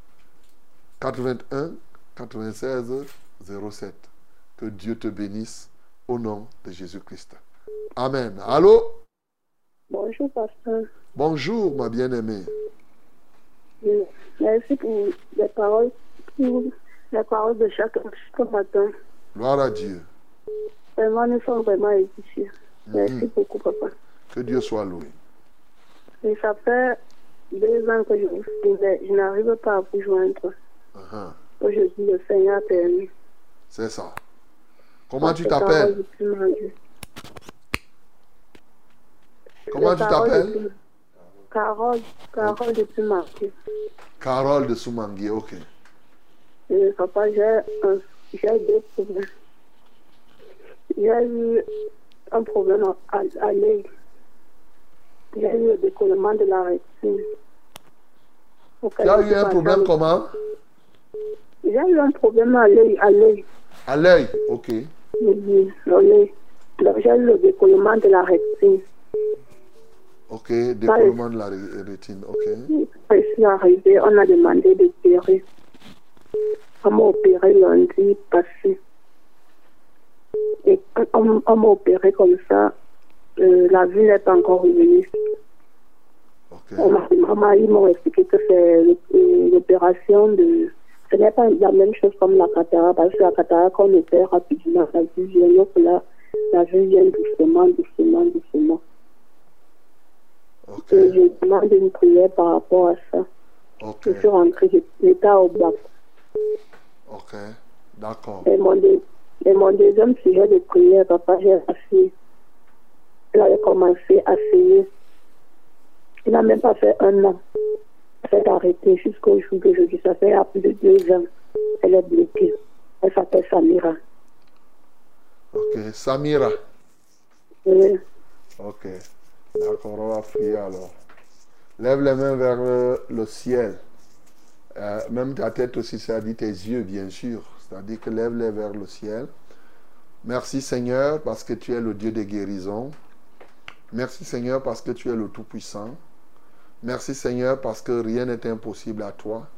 81 96 07. Que Dieu te bénisse au nom de Jésus-Christ. Amen. Allô? Bonjour, pasteur. Bonjour, ma bien-aimée. Merci pour les paroles de chaque matin. Gloire à Dieu. Vraiment, nous sommes vraiment édifiés. Merci beaucoup, papa. Que Dieu soit loué. Et ça fait 2 ans que je vous suis, mais je n'arrive pas à vous joindre. Aujourd'hui, le Seigneur a permis. C'est ça. Comment tu t'appelles? Comment tu t'appelles? Carole de Soumangui. Carole de Soumangui, ok. Papa, j'ai 2 problèmes. J'ai eu un problème à l'œil. J'ai eu le décollement de la rétine. Tu as eu un problème comment? J'ai eu un problème à l'œil. À l'œil, ok. Oui, l'œil. Donc, j'ai eu le décollement de la rétine. Ok, décollement de la rétine, ok. Quand je suis arrivé, on a demandé d'opérer. On m'a opéré lundi passé. Et on m'a opéré comme ça, la vue n'est pas encore revenue. Okay. Ils m'ont expliqué que c'est l'opération de... Ce n'est pas la même chose comme la cataracte, parce que la cataracte, on opère rapidement, la vue vient, donc là, la vue vient doucement. Okay. Et je demande une prière par rapport à ça. Okay. Je suis rentrée, j'étais au bac. Ok, d'accord. Et mon deuxième sujet de prière, papa, j'ai assis. Elle avait commencé à saigner. Il n'a même pas fait 1 an. Elle s'est arrêtée jusqu'au jour d'aujourd'hui. Ça fait plus de 2 ans. Elle est bloquée. Elle s'appelle Samira. Ok, Samira. Oui. Ok, d'accord, on va prier alors. Lève les mains vers le ciel. Même ta tête aussi, ça dit tes yeux, bien sûr. C'est-à-dire que lève-les vers le ciel. Merci Seigneur parce que tu es le Dieu des guérisons. Merci Seigneur parce que tu es le Tout-Puissant. Merci Seigneur parce que rien n'est impossible à toi.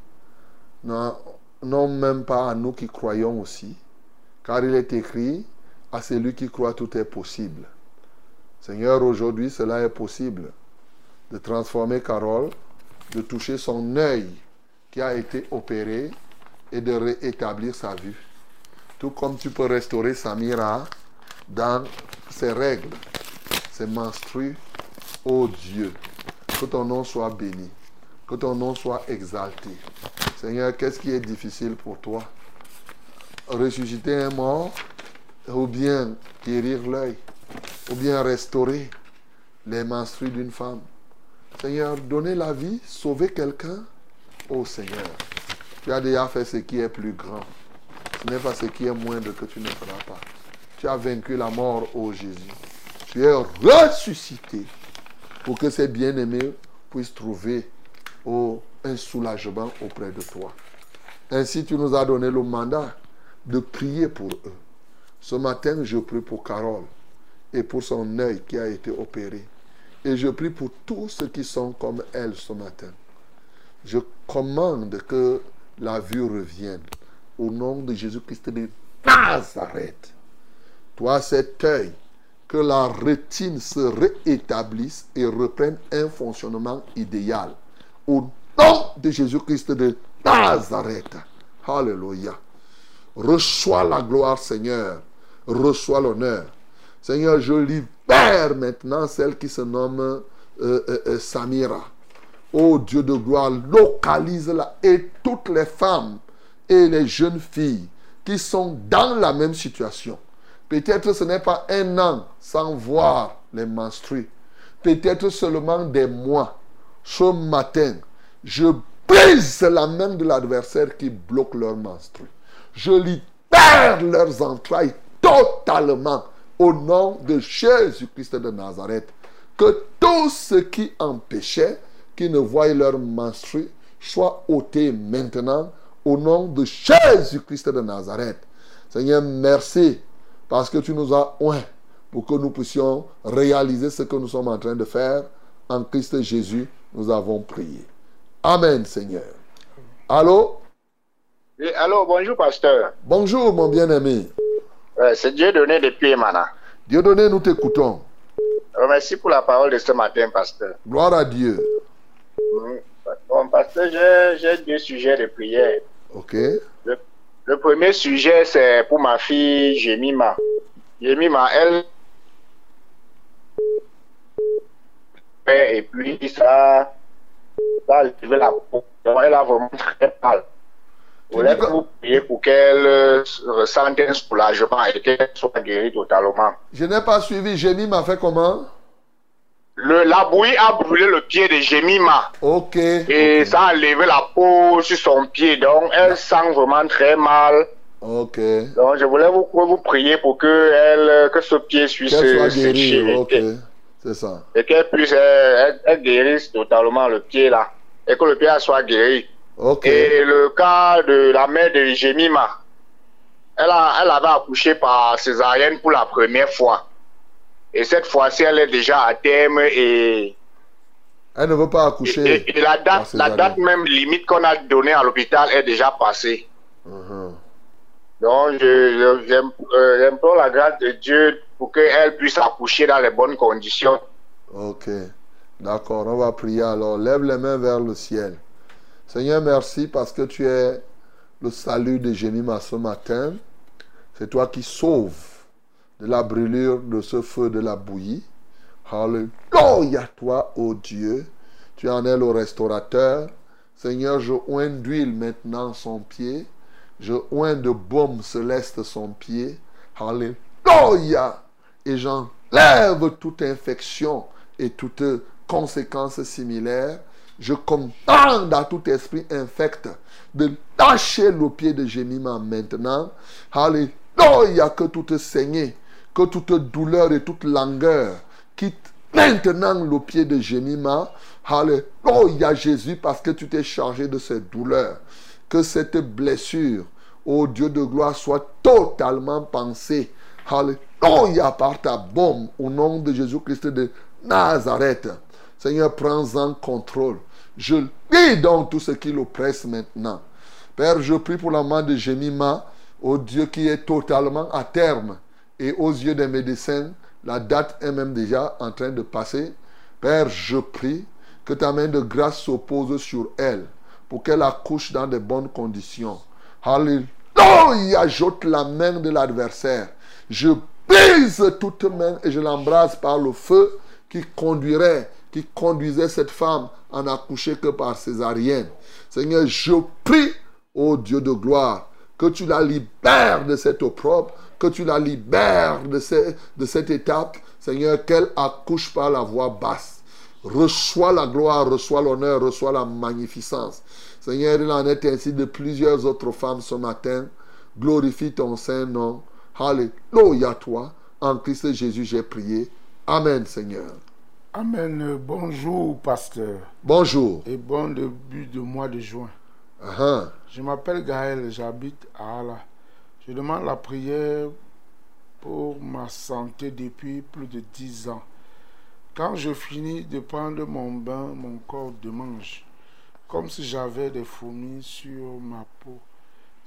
Non, même pas à nous qui croyons aussi. Car il est écrit, à celui qui croit tout est possible. Seigneur, aujourd'hui cela est possible. De transformer Carole, de toucher son œil qui a été opéré et de réétablir sa vue. Tout comme tu peux restaurer Samira dans ses règles, ses menstrues. Oh Dieu, que ton nom soit béni, que ton nom soit exalté. Seigneur, qu'est-ce qui est difficile pour toi? Ressusciter un mort, ou bien guérir l'œil, ou bien restaurer les menstrues d'une femme. Seigneur, donner la vie, sauver quelqu'un. Oh Seigneur, tu as déjà fait ce qui est plus grand. Ce n'est pas ce qui est moindre que tu ne feras pas. Tu as vaincu la mort, ô Jésus. Tu es ressuscité pour que ces bien-aimés puissent trouver un soulagement auprès de toi. Ainsi, tu nous as donné le mandat de prier pour eux. Ce matin, je prie pour Carole et pour son œil qui a été opéré. Et je prie pour tous ceux qui sont comme elle ce matin. Je commande que la vue revienne. Au nom de Jésus-Christ de Nazareth. Toi, cet œil, que la rétine se réétablisse et reprenne un fonctionnement idéal. Au nom de Jésus-Christ de Nazareth. Alléluia. Reçois la gloire, Seigneur. Reçois l'honneur. Seigneur, je libère maintenant celle qui se nomme Samira. Ô Dieu de gloire, localise-la et toutes les femmes et les jeunes filles qui sont dans la même situation. Peut-être ce n'est pas un an sans voir les menstrues. Peut-être seulement des mois. Ce matin, je brise la main de l'adversaire qui bloque leurs menstrues. Je libère leurs entrailles totalement au nom de Jésus-Christ de Nazareth. Que tout ce qui empêchait qu'ils ne voient leurs menstrues soit ôté maintenant au nom de Jésus-Christ de Nazareth. Seigneur, merci parce que tu nous as oints pour que nous puissions réaliser ce que nous sommes en train de faire. En Christ Jésus, nous avons prié. Amen, Seigneur. Allô? Oui, allô, bonjour, pasteur. Bonjour, mon bien-aimé. C'est Dieu donné depuis maintenant. Dieu donné, nous t'écoutons. Merci pour la parole de ce matin, pasteur. Gloire à Dieu. Bon, pasteur, j'ai deux sujets de prière. Ok. Le premier sujet, c'est pour ma fille Jemima. Jemima, elle... Et puis, ça a levé la peau. Donc, elle a vraiment très mal. Je voulais vous prier pour qu'elle ressente un soulagement et qu'elle soit guérie totalement. Je n'ai pas suivi. Jemima fait comment? La bouillie a brûlé le pied de Jemima. Ok. Et ça a levé la peau sur son pied. Donc, elle sent vraiment très mal. Ok. Donc, je voulais vous prier pour que ce pied puisse se guérir. Ok. C'est ça. Et qu'elle puisse elle guérisse totalement le pied là. Et que le pied soit guéri. Ok. Et le cas de la mère de Jemima, elle avait accouché par césarienne pour la première fois. Et cette fois-ci, elle est déjà à terme et... Elle ne veut pas accoucher. Et la date même limite qu'on a donnée à l'hôpital est déjà passée. Donc, j'implore la grâce de Dieu pour qu'elle puisse accoucher dans les bonnes conditions. Ok. D'accord, on va prier alors. Lève les mains vers le ciel. Seigneur, merci parce que tu es le salut de Jemima ce matin. C'est toi qui sauves de la brûlure de ce feu de la bouillie. Alléluia, toi, ô Dieu. Tu en es le restaurateur. Seigneur, je oins d'huile maintenant son pied. Je oins de baume céleste son pied. Alléluia. Et j'enlève toute infection et toute conséquence similaire. Je commande à tout esprit infect de lâcher le pied de Jemima maintenant. Alléluia, que toute saignée, que toute douleur et toute langueur quitte maintenant le pied de Jemima. Alléluia, Jésus, parce que tu t'es chargé de cette douleur. Que cette blessure, ô Dieu de gloire, soit totalement pensée. Alléluia, par ta baume, au nom de Jésus-Christ de Nazareth. Seigneur, prends-en contrôle. Je lis donc tout ce qui l'oppresse maintenant. Père, je prie pour la main de Jemima, ô Dieu qui est totalement à terme. Et aux yeux des médecins, la date est même déjà en train de passer. Père, je prie que ta main de grâce s'oppose sur elle pour qu'elle accouche dans de bonnes conditions. Alléluia, j'ôte la main de l'adversaire. Je brise toute main et je l'embrase par le feu qui conduisait cette femme en accoucher que par césarienne. Seigneur, je prie, ô Dieu de gloire, que tu la libères de cette opprobre, que tu la libères de cette étape, Seigneur, qu'elle accouche par la voix basse. Reçois la gloire, reçois l'honneur, reçois la magnificence. Seigneur, il en est ainsi de plusieurs autres femmes ce matin. Glorifie ton Saint-Nom. Alléluia toi. En Christ Jésus, j'ai prié. Amen, Seigneur. Amen. Bonjour, pasteur. Bonjour. Et bon début de mois de juin. Je m'appelle Gaël, j'habite à Ala. Je demande la prière pour ma santé depuis plus de 10 ans. Quand je finis de prendre mon bain, mon corps démange, comme si j'avais des fourmis sur ma peau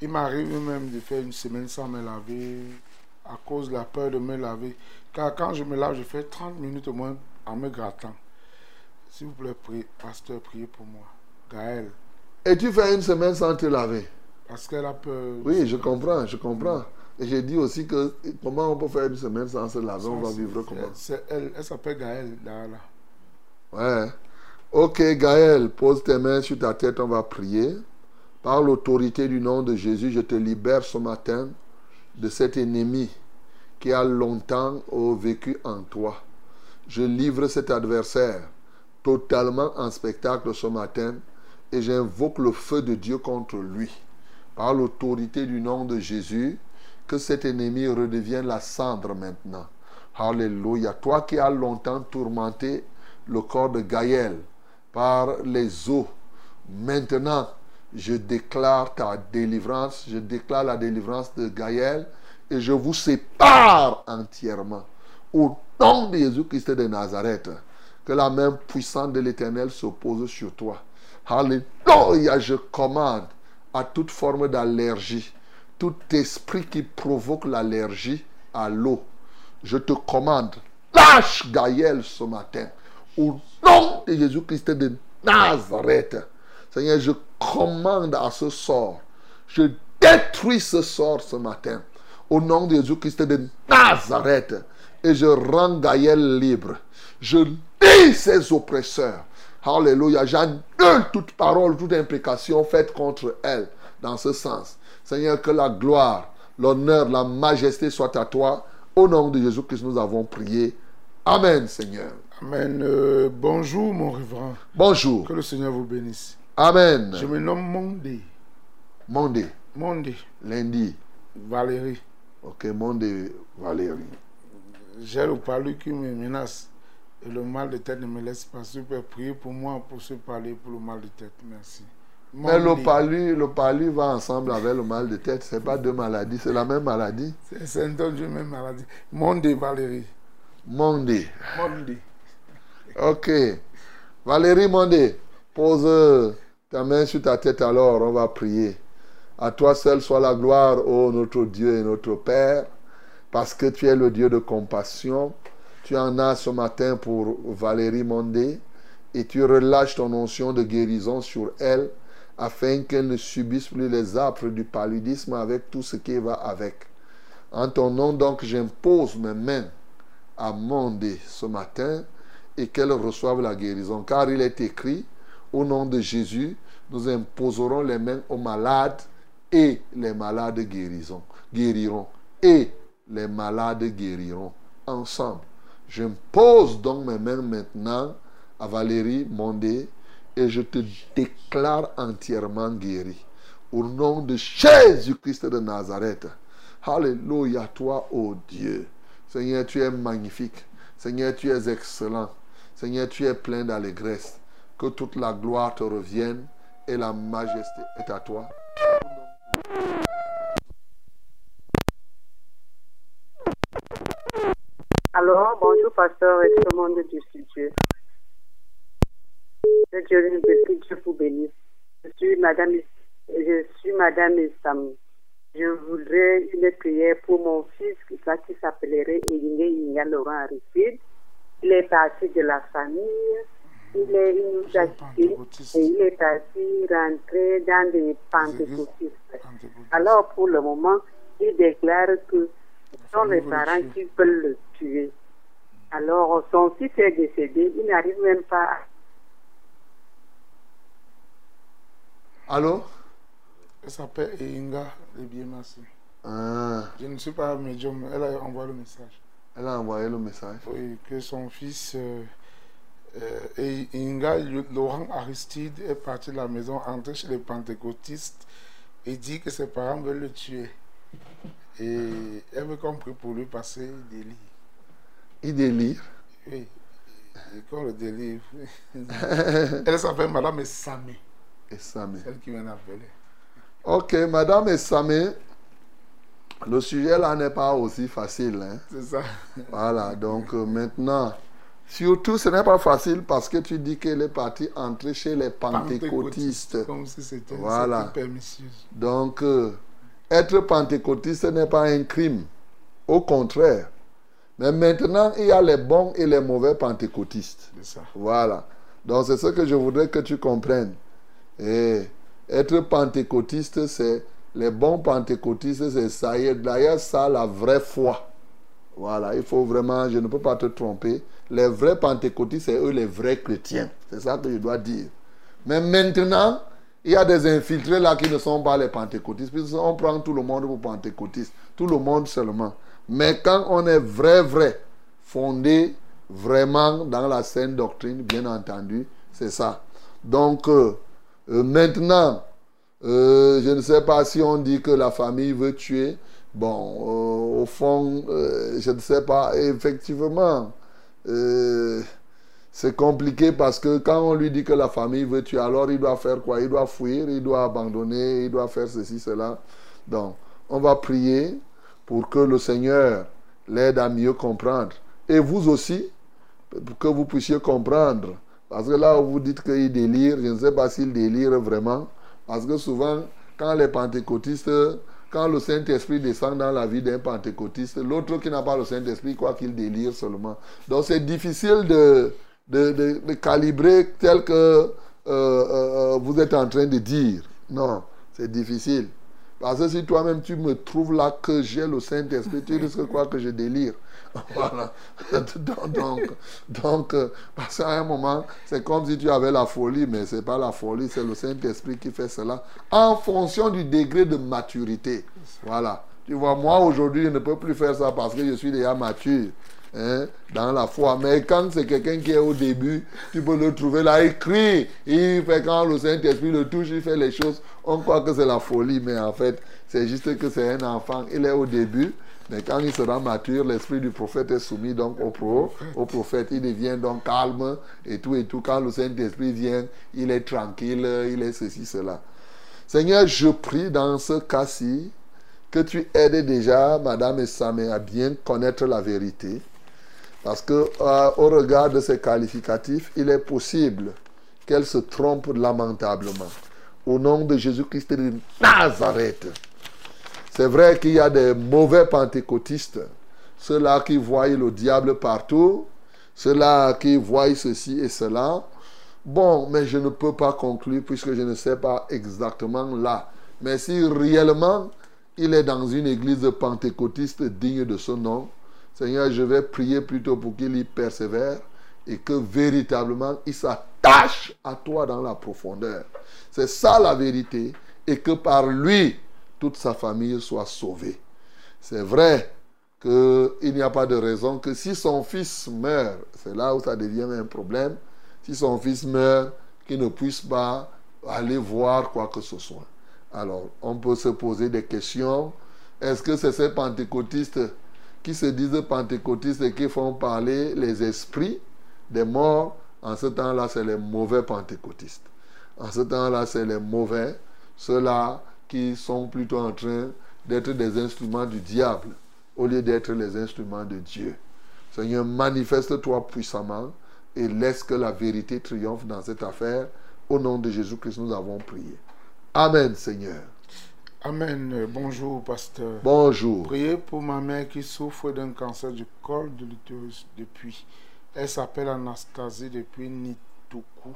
Il m'arrive même de faire une semaine sans me laver à cause de la peur de me laver. Car quand je me lave, je fais 30 minutes au moins en me grattant. S'il vous plaît, pasteur, priez pour moi. Gaël. Et tu fais une semaine sans te laver? Parce qu'elle a peur. Oui, je comprends. Et j'ai dit aussi que comment on peut faire une semaine sans se laver, on va vivre comment? Elle s'appelle Gaël. Là. Ouais. Ok, Gaël, pose tes mains sur ta tête, on va prier. Par l'autorité du nom de Jésus, je te libère ce matin de cet ennemi qui a longtemps vécu en toi. Je livre cet adversaire totalement en spectacle ce matin et j'invoque le feu de Dieu contre lui. Par l'autorité du nom de Jésus, que cet ennemi redevienne la cendre maintenant. Alléluia. Toi qui as longtemps tourmenté le corps de Gaël par les eaux, maintenant, je déclare ta délivrance, je déclare la délivrance de Gaël et je vous sépare entièrement. Au nom de Jésus-Christ de Nazareth, que la main puissante de l'Éternel se pose sur toi. Alléluia, je commande à toute forme d'allergie, tout esprit qui provoque l'allergie à l'eau. Je te commande, lâche Gaël ce matin. Au nom de Jésus-Christ de Nazareth, Seigneur, je commande à ce sort. Je détruis ce sort ce matin. Au nom de Jésus-Christ de Nazareth. Et je rends Gaël libre. Je lis ses oppresseurs. Alléluia. J'annule toute parole, toute imprécation faite contre elle. Dans ce sens. Seigneur, que la gloire, l'honneur, la majesté soit à toi. Au nom de Jésus-Christ, nous avons prié. Amen, Seigneur. Amen. Bonjour, mon révérend. Bonjour. Que le Seigneur vous bénisse. Amen. Je me nomme Mondé. Mondé. Lundi. Valérie. Ok, Mondé, Valérie. J'ai le palu qui me menace. Et le mal de tête ne me laisse pas. S'il vous plaît, priez pour moi pour se parler pour le mal de tête. Merci. Mais le palu va ensemble avec le mal de tête. Ce n'est pas deux maladies, c'est la même maladie. C'est une même maladie. Mondé, Valérie. Mondé. Mondé. Ok. Valérie Mondé, pose ta main sur ta tête alors, on va prier. À toi seul soit la gloire, ô notre Dieu et notre Père, parce que tu es le Dieu de compassion. Tu en as ce matin pour Valérie Mondé et tu relâches ton onction de guérison sur elle afin qu'elle ne subisse plus les affres du paludisme avec tout ce qui va avec. En ton nom donc, j'impose mes mains à Mondé ce matin et qu'elle reçoive la guérison. Car il est écrit, au nom de Jésus, nous imposerons les mains aux malades et les malades guériront. Et les malades guériront ensemble. J'impose donc mes mains maintenant à Valérie Mondé et je te déclare entièrement guérie. Au nom de Jésus-Christ de Nazareth. Alléluia, toi, ô Dieu. Seigneur, tu es magnifique. Seigneur, tu es excellent. Seigneur, tu es plein d'allégresse. Que toute la gloire te revienne et la majesté est à toi. Alors, bonjour pasteur et tout le monde du studio. Que Dieu vous bénisse. Je suis Madame Sam. Je voudrais une prière pour mon fils qui s'appellerait Inga Laurent Aristide. Il est parti de la famille. Il est initiatique et il est parti rentrer dans des pentecôtistes. Alors, pour le moment, il déclare que ce sont les parents qui veulent le tuer. Alors, son fils est décédé, il n'arrive même pas à... Allô? Elle s'appelle Inga Lebiemasi. Ah. Je ne suis pas médium, elle a envoyé le message. Elle a envoyé le message. Oui, que son fils Inga Laurent Aristide est parti de la maison, entré chez les pentecôtistes et dit que ses parents veulent le tuer. Et elle veut compris pour lui passer il délire. Il délire? Oui. Et quand le délire. Elle s'appelle Madame Essamé. Essamé. Celle qui vient d'appeler. Ok, Madame Essamé, le sujet là n'est pas aussi facile. Hein? C'est ça. Voilà, donc maintenant, surtout ce n'est pas facile parce que tu dis qu'elle est partie entrer chez les pentecôtistes. Comme si c'était voilà. permisseuse. Donc, être pentecôtiste n'est pas un crime. Au contraire. Mais maintenant, il y a les bons et les mauvais pentecôtistes. C'est ça. Voilà. Donc, c'est ce que je voudrais que tu comprennes. Et être pentecôtiste, c'est... Les bons pentecôtistes, c'est ça. D'ailleurs, ça, la vraie foi. Voilà, il faut vraiment... Je ne peux pas te tromper. Les vrais pentecôtistes, c'est eux les vrais chrétiens. C'est ça que je dois dire. Mais maintenant, il y a des infiltrés là qui ne sont pas les pentecôtistes. Puisqu'on prend tout le monde pour pentecôtiste. Tout le monde seulement. Mais quand on est vrai, fondé vraiment dans la saine doctrine, bien entendu, c'est ça. Donc, maintenant, je ne sais pas si on dit que la famille veut tuer. Bon, au fond, je ne sais pas. Effectivement, c'est compliqué parce que quand on lui dit que la famille veut tuer, alors il doit faire quoi? Il doit fuir, il doit abandonner, il doit faire ceci, cela. Donc, on va prier pour que le Seigneur l'aide à mieux comprendre. Et vous aussi, pour que vous puissiez comprendre. Parce que là où vous dites qu'il délire, je ne sais pas s'il délire vraiment. Parce que souvent, quand les pentecôtistes, quand le Saint-Esprit descend dans la vie d'un pentecôtiste, l'autre qui n'a pas le Saint-Esprit croit qu'il délire seulement. Donc c'est difficile de calibrer tel que vous êtes en train de dire. Non, c'est difficile. Parce que si toi-même tu me trouves là que j'ai le Saint-Esprit, tu risques de croire que je délire. Voilà. Donc, parce qu'à un moment, c'est comme si tu avais la folie, mais ce n'est pas la folie, c'est le Saint-Esprit qui fait cela en fonction du degré de maturité. Voilà. Tu vois, moi aujourd'hui, je ne peux plus faire ça parce que je suis déjà mature. Hein, dans la foi. Mais quand c'est quelqu'un qui est au début, tu peux le trouver là, il crie, il fait quand le Saint-Esprit le touche, il fait les choses, on croit que c'est la folie, mais en fait, c'est juste que c'est un enfant, il est au début, mais quand il sera mature, l'esprit du prophète est soumis donc au prophète, il devient donc calme et tout, quand le Saint-Esprit vient, il est tranquille, il est ceci, cela. Seigneur, je prie dans ce cas-ci, que tu aides déjà Madame Essamé à bien connaître la vérité. Parce que au regard de ces qualificatifs, il est possible qu'elle se trompe lamentablement. Au nom de Jésus-Christ de Nazareth. C'est vrai qu'il y a des mauvais pentecôtistes. Ceux-là qui voient le diable partout. Ceux-là qui voient ceci et cela. Bon, mais je ne peux pas conclure puisque je ne sais pas exactement là. Mais si réellement il est dans une église pentecôtiste digne de ce nom, Seigneur, je vais prier plutôt pour qu'il y persévère et que véritablement il s'attache à toi dans la profondeur. C'est ça la vérité et que par lui, toute sa famille soit sauvée. C'est vrai qu'il n'y a pas de raison que si son fils meurt, c'est là où ça devient un problème, si son fils meurt, qu'il ne puisse pas aller voir quoi que ce soit. Alors, on peut se poser des questions. Est-ce que c'est ces pentecôtistes qui se disent pentecôtistes et qui font parler les esprits des morts? En ce temps-là, c'est les mauvais pentecôtistes. En ce temps-là, c'est les mauvais, ceux-là qui sont plutôt en train d'être des instruments du diable au lieu d'être les instruments de Dieu. Seigneur, manifeste-toi puissamment et laisse que la vérité triomphe dans cette affaire. Au nom de Jésus-Christ, nous avons prié. Amen, Seigneur. Amen. Bonjour, pasteur. Bonjour. Priez pour ma mère qui souffre d'un cancer du col de l'utérus depuis. Elle s'appelle Anastasie depuis Nituku.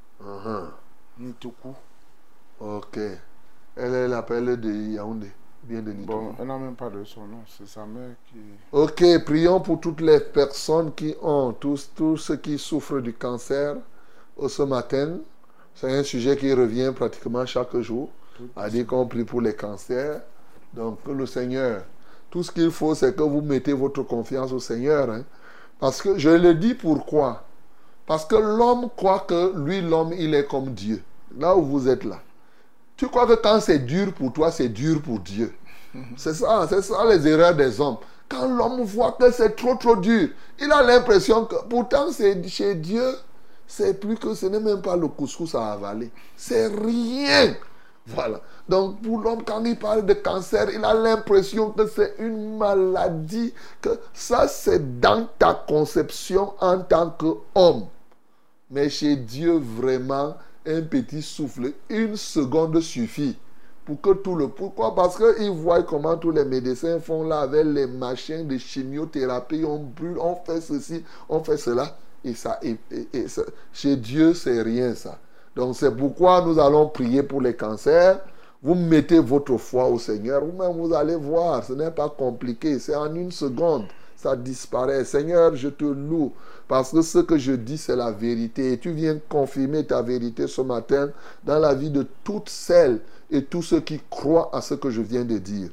Nituku. Ok. Elle appelle de Yaoundé. Bien de Nituku. Bon, elle n'a même pas de son nom. C'est sa mère qui... Ok, prions pour toutes les personnes qui ont, tous ceux qui souffrent du cancer ce matin. C'est un sujet qui revient pratiquement chaque jour. À dire qu'on prie pour les cancers. Donc, le Seigneur, tout ce qu'il faut, c'est que vous mettez votre confiance au Seigneur. Hein. Parce que, je le dis pourquoi. Parce que l'homme croit que lui, l'homme, il est comme Dieu. Là où vous êtes là. Tu crois que quand c'est dur pour toi, c'est dur pour Dieu. C'est ça les erreurs des hommes. Quand l'homme voit que c'est trop dur, il a l'impression que pourtant c'est chez Dieu, c'est plus que ce n'est même pas le couscous à avaler. C'est rien. Voilà. Donc pour l'homme, quand il parle de cancer, il a l'impression que c'est une maladie, que ça c'est dans ta conception en tant qu'homme. Mais chez Dieu, vraiment, un petit souffle, une seconde suffit pour que tout le... Pourquoi? Parce qu'ils voient comment tous les médecins font là avec les machines de chimiothérapie, on brûle, on fait ceci, on fait cela. Et ça, chez Dieu, c'est rien ça. Donc c'est pourquoi nous allons prier pour les cancers. Vous mettez votre foi au Seigneur, vous-même vous allez voir, ce n'est pas compliqué, c'est en une seconde, ça disparaît. Seigneur, je te loue, parce que ce que je dis, c'est la vérité. Et tu viens confirmer ta vérité ce matin dans la vie de toutes celles et tous ceux qui croient à ce que je viens de dire.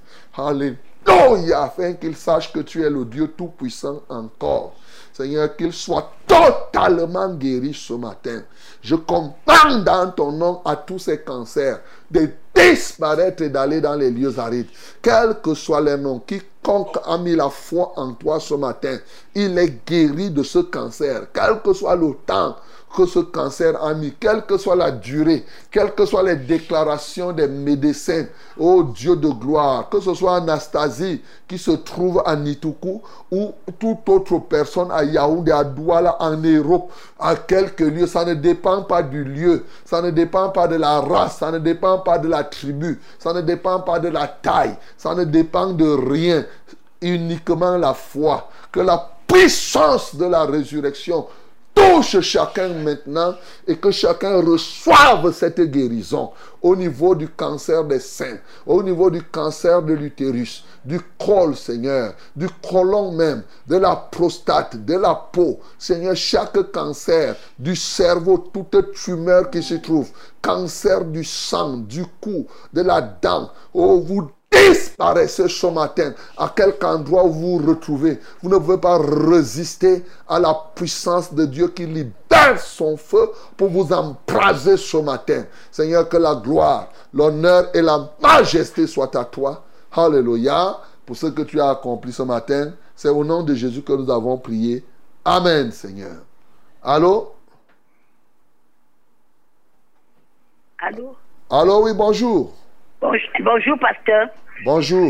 Alléluia, afin qu'ils sachent que tu es le Dieu Tout-Puissant encore. Seigneur, qu'ils soient totalement guéris ce matin. Je commande dans ton nom à tous ces cancers de disparaître et d'aller dans les lieux arides. Quel que soit les noms, quiconque a mis la foi en toi ce matin, il est guéri de ce cancer. Quel que soit le temps que ce cancer a mis, quelle que soit la durée, quelles que soient les déclarations des médecins, ô Dieu de gloire, que ce soit Anastasie qui se trouve à Nituku ou toute autre personne à Yaoundé, à Douala, en Europe, à quelques lieux, ça ne dépend pas du lieu, ça ne dépend pas de la race, ça ne dépend pas de la tribu, ça ne dépend pas de la taille, ça ne dépend de rien, uniquement la foi, que la puissance de la résurrection touche chacun maintenant et que chacun reçoive cette guérison au niveau du cancer des seins, au niveau du cancer de l'utérus, du col, Seigneur, du côlon même, de la prostate, de la peau. Seigneur, chaque cancer du cerveau, toute tumeur qui se trouve, cancer du sang, du cou, de la dent, oh, vous disparaissez ce matin, à quelque endroit où vous vous retrouvez. Vous ne pouvez pas résister à la puissance de Dieu qui libère son feu pour vous embraser ce matin. Seigneur, que la gloire, l'honneur et la majesté soient à toi. Alléluia. Pour ce que tu as accompli ce matin, c'est au nom de Jésus que nous avons prié. Amen, Seigneur. Allô? Allô? Allô, oui, bonjour. Bonjour, pasteur. Bonjour.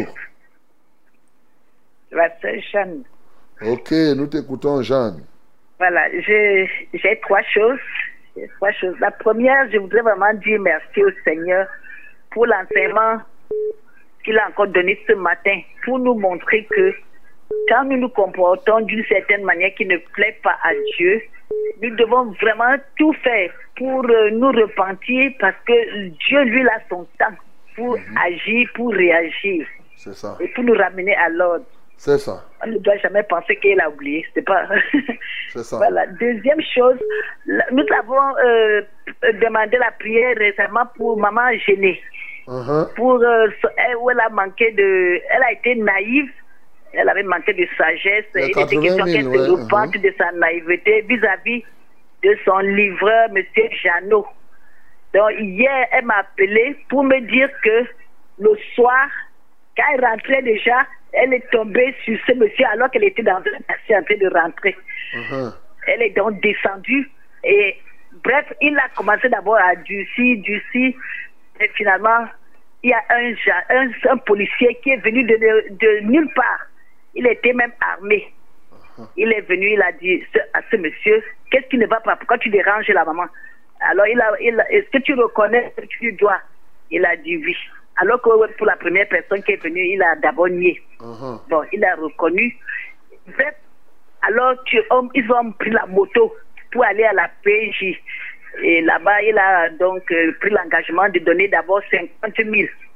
Pasteur Jeanne. Ok, nous t'écoutons, Jeanne. Voilà, j'ai trois choses. La première, je voudrais vraiment dire merci au Seigneur pour l'enseignement qu'il a encore donné ce matin, pour nous montrer que quand nous nous comportons d'une certaine manière qui ne plaît pas à Dieu, nous devons vraiment tout faire pour nous repentir, parce que Dieu, lui, a son temps pour agir, pour réagir. C'est ça. Et pour nous ramener à l'ordre. C'est ça. On ne doit jamais penser qu'il a oublié. C'est pas... C'est ça. Voilà. Deuxième chose, nous avons demandé la prière récemment pour maman gênée. Pour où elle a manqué de... Elle a été naïve. Elle avait manqué de sagesse. Il était question qu'elle se repente de sa naïveté vis-à-vis de son livreur, M. Jeannot. Donc hier, elle m'a appelé pour me dire que le soir, quand elle rentrait déjà, elle est tombée sur ce monsieur alors qu'elle était dans un taxi en train de rentrer. Elle est donc descendue et bref, il a commencé d'abord à durcir et finalement, il y a un policier qui est venu de nulle part. Il était même armé. Il est venu, il a dit à ce monsieur, qu'est-ce qui ne va pas? Pourquoi tu déranges la maman? Alors, est-ce que tu reconnais ce que tu dois? Il a dit oui. Alors que pour la première personne qui est venue, il a d'abord nié. Bon, il a reconnu. Bref, alors, ils ont pris la moto pour aller à la PJ. Et là-bas, il a donc pris l'engagement de donner d'abord 50 000.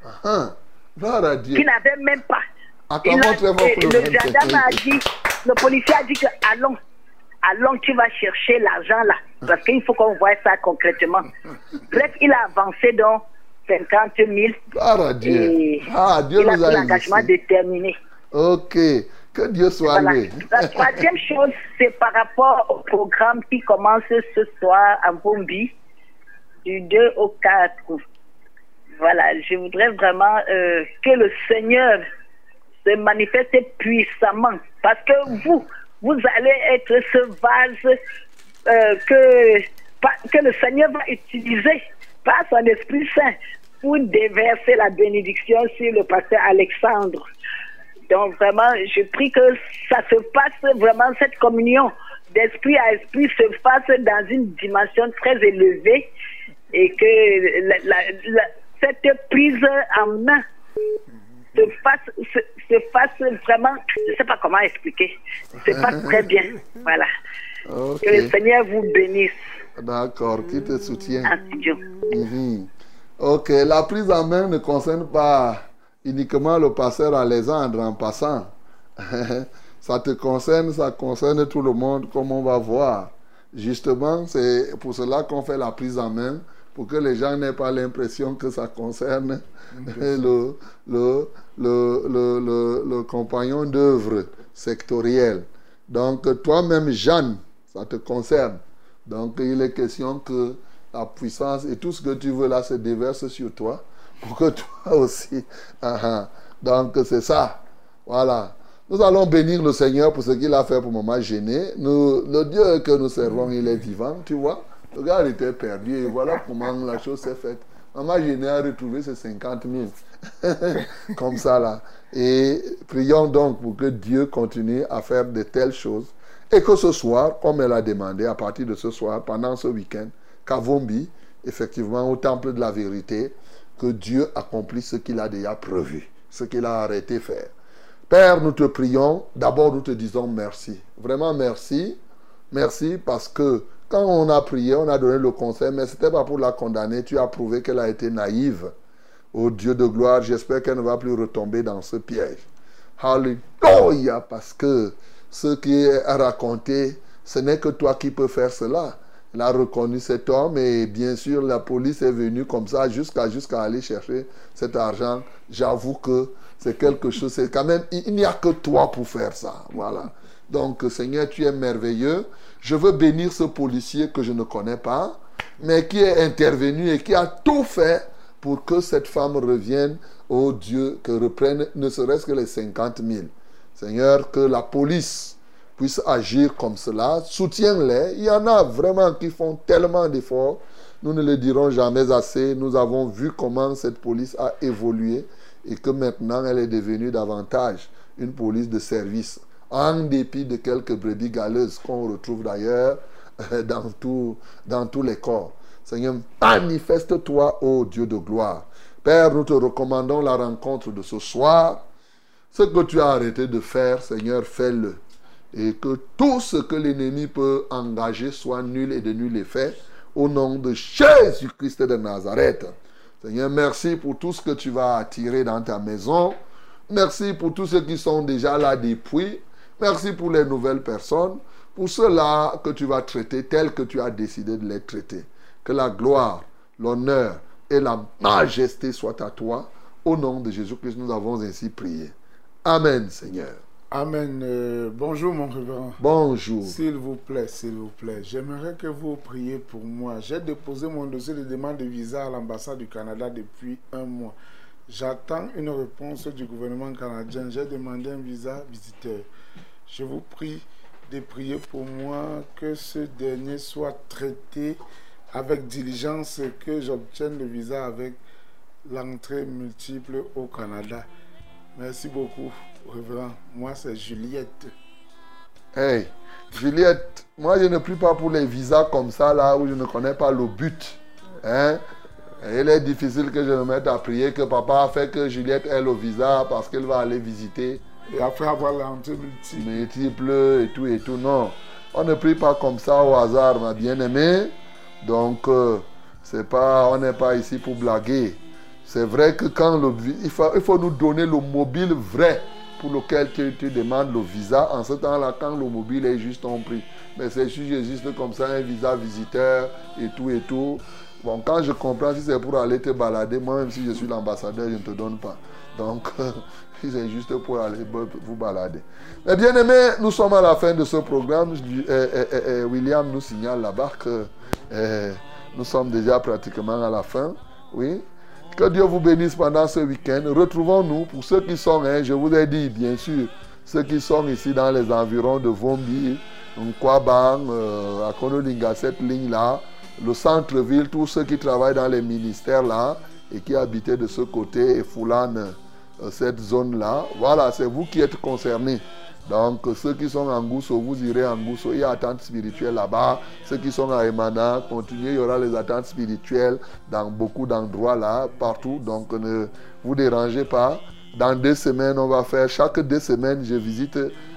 Qu'il n'avait même pas. Le gendarme a dit, le policier a dit que allons, tu vas chercher l'argent là, parce qu'il faut qu'on voit ça concrètement. Bref, il a avancé donc 50 000 et Dieu il a pris l'engagement de terminer. Ok, que Dieu soit loué. La troisième chose, c'est par rapport au programme qui commence ce soir à Bombi, du 2 au 4. Voilà, je voudrais vraiment que le Seigneur se manifeste puissamment, parce que vous allez être ce vase que le Seigneur va utiliser par son Esprit Saint pour déverser la bénédiction sur le pasteur Alexandre. Donc vraiment, je prie que ça se passe vraiment, cette communion d'esprit à esprit se fasse dans une dimension très élevée et que cette prise en main se fasse vraiment, je ne sais pas comment expliquer, se passe très bien. Voilà. Okay. Que le Seigneur vous bénisse. D'accord, qui te soutient. En studio. Ok, la prise en main ne concerne pas uniquement le passeur Alexandre en passant. Ça te concerne, ça concerne tout le monde, comme on va voir. Justement, c'est pour cela qu'on fait la prise en main, pour que les gens n'aient pas l'impression que ça concerne le compagnon d'œuvre sectoriel. Donc, toi-même, Jeanne, ça te concerne. Donc, il est question que la puissance et tout ce que tu veux là se déverse sur toi, pour que toi aussi. Donc, c'est ça. Voilà. Nous allons bénir le Seigneur pour ce qu'il a fait pour Maman Géné. Le Dieu que nous servons, il est vivant, tu vois. Le gars était perdu et voilà comment la chose s'est faite. Maman Géné a retrouvé ses 50 000. Comme ça là. Et prions donc pour que Dieu continue à faire de telles choses. Et que ce soir, comme elle a demandé, à partir de ce soir, pendant ce week-end, qu'à Vombi, effectivement, au temple de la vérité, que Dieu accomplisse ce qu'il a déjà prévu, ce qu'il a arrêté de faire. Père, nous te prions, d'abord nous te disons merci. Vraiment merci. Merci parce que quand on a prié, on a donné le conseil, mais ce n'était pas pour la condamner. Tu as prouvé qu'elle a été naïve. Oh Dieu de gloire, j'espère qu'elle ne va plus retomber dans ce piège. Alléluia, parce que ce qui est raconté, ce n'est que toi qui peux faire cela. Elle a reconnu cet homme et bien sûr la police est venue comme ça jusqu'à aller chercher cet argent. J'avoue que c'est quelque chose, c'est quand même, il n'y a que toi pour faire ça. Voilà. Donc Seigneur, tu es merveilleux. Je veux bénir ce policier que je ne connais pas, mais qui est intervenu et qui a tout fait pour que cette femme revienne au Dieu, que reprenne ne serait-ce que les 50 000. Seigneur, que la police puisse agir comme cela, soutiens-les. Il y en a vraiment qui font tellement d'efforts. Nous ne le dirons jamais assez. Nous avons vu comment cette police a évolué et que maintenant elle est devenue davantage une police de service, en dépit de quelques brebis galeuses qu'on retrouve d'ailleurs dans tous les corps. Seigneur, manifeste-toi, ô Dieu de gloire. Père, nous te recommandons la rencontre de ce soir. Ce que tu as arrêté de faire, Seigneur, fais-le. Et que tout ce que l'ennemi peut engager soit nul et de nul effet. Au nom de Jésus-Christ de Nazareth. Seigneur, merci pour tout ce que tu vas attirer dans ta maison. Merci pour tous ceux qui sont déjà là depuis. Merci pour les nouvelles personnes. Pour ceux-là que tu vas traiter tels que tu as décidé de les traiter. Que la gloire, l'honneur et la majesté soient à toi. Au nom de Jésus-Christ, nous avons ainsi prié. Amen, Seigneur. Amen. Bonjour, mon révérend. Bonjour. S'il vous plaît, j'aimerais que vous priez pour moi. J'ai déposé mon dossier de demande de visa à l'ambassade du Canada depuis 1 mois. J'attends une réponse du gouvernement canadien. J'ai demandé un visa visiteur. Je vous prie de prier pour moi que ce dernier soit traité avec diligence et que j'obtienne le visa avec l'entrée multiple au Canada. Merci beaucoup, révérend. Moi, c'est Juliette. Hey, Juliette, moi, je ne prie pas pour les visas comme ça, là où je ne connais pas le but. Hein? Il est difficile que je me mette à prier que papa a fait que Juliette ait le visa parce qu'elle va aller visiter. Et après avoir l'entrée multiple et tout. Non, on ne prie pas comme ça au hasard, ma bien-aimée. Donc, on n'est pas ici pour blaguer. C'est vrai que quand il faut nous donner le mobile vrai pour lequel tu demandes le visa. En ce temps-là, quand le mobile est juste en prix. Mais c'est juste comme ça, un visa visiteur et tout. Bon, quand je comprends, si c'est pour aller te balader, moi-même si je suis l'ambassadeur, je ne te donne pas. Donc, c'est juste pour aller vous balader. Mais bien aimé, nous sommes à la fin de ce programme. William nous signale là-bas que nous sommes déjà pratiquement à la fin. Oui. Que Dieu vous bénisse pendant ce week-end. Retrouvons-nous pour ceux qui sont, je vous ai dit, bien sûr, ceux qui sont ici dans les environs de Vombi, Nkwabang, à Konolinga, cette ligne-là, le centre-ville, tous ceux qui travaillent dans les ministères là et qui habitaient de ce côté et Foulane, cette zone-là. Voilà, c'est vous qui êtes concernés. Donc, ceux qui sont en Gousso, vous irez en Gousso. Il y a attente spirituelle là-bas. Ceux qui sont à Emana, continuez. Il y aura les attentes spirituelles dans beaucoup d'endroits là, partout. Donc, ne vous dérangez pas. Dans 2 semaines, on va faire, chaque 2 semaines, je visite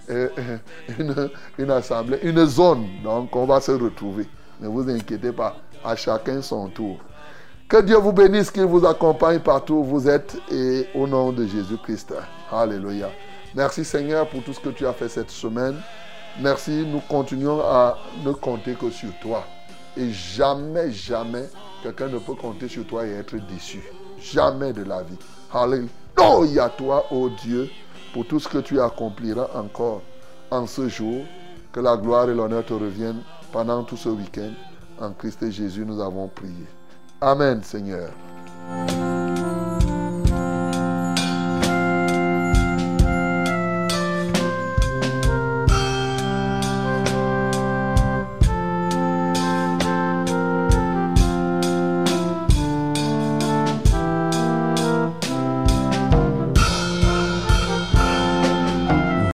une assemblée, une zone. Donc, on va se retrouver. Ne vous inquiétez pas. À chacun son tour. Que Dieu vous bénisse, qu'il vous accompagne partout où vous êtes et au nom de Jésus-Christ. Alléluia. Merci Seigneur pour tout ce que tu as fait cette semaine. Merci, nous continuons à ne compter que sur toi. Et jamais, jamais, quelqu'un ne peut compter sur toi et être déçu. Jamais de la vie. Alléluia à toi, ô Dieu, pour tout ce que tu accompliras encore en ce jour. Que la gloire et l'honneur te reviennent pendant tout ce week-end. En Christ Jésus, nous avons prié. Amen, Seigneur.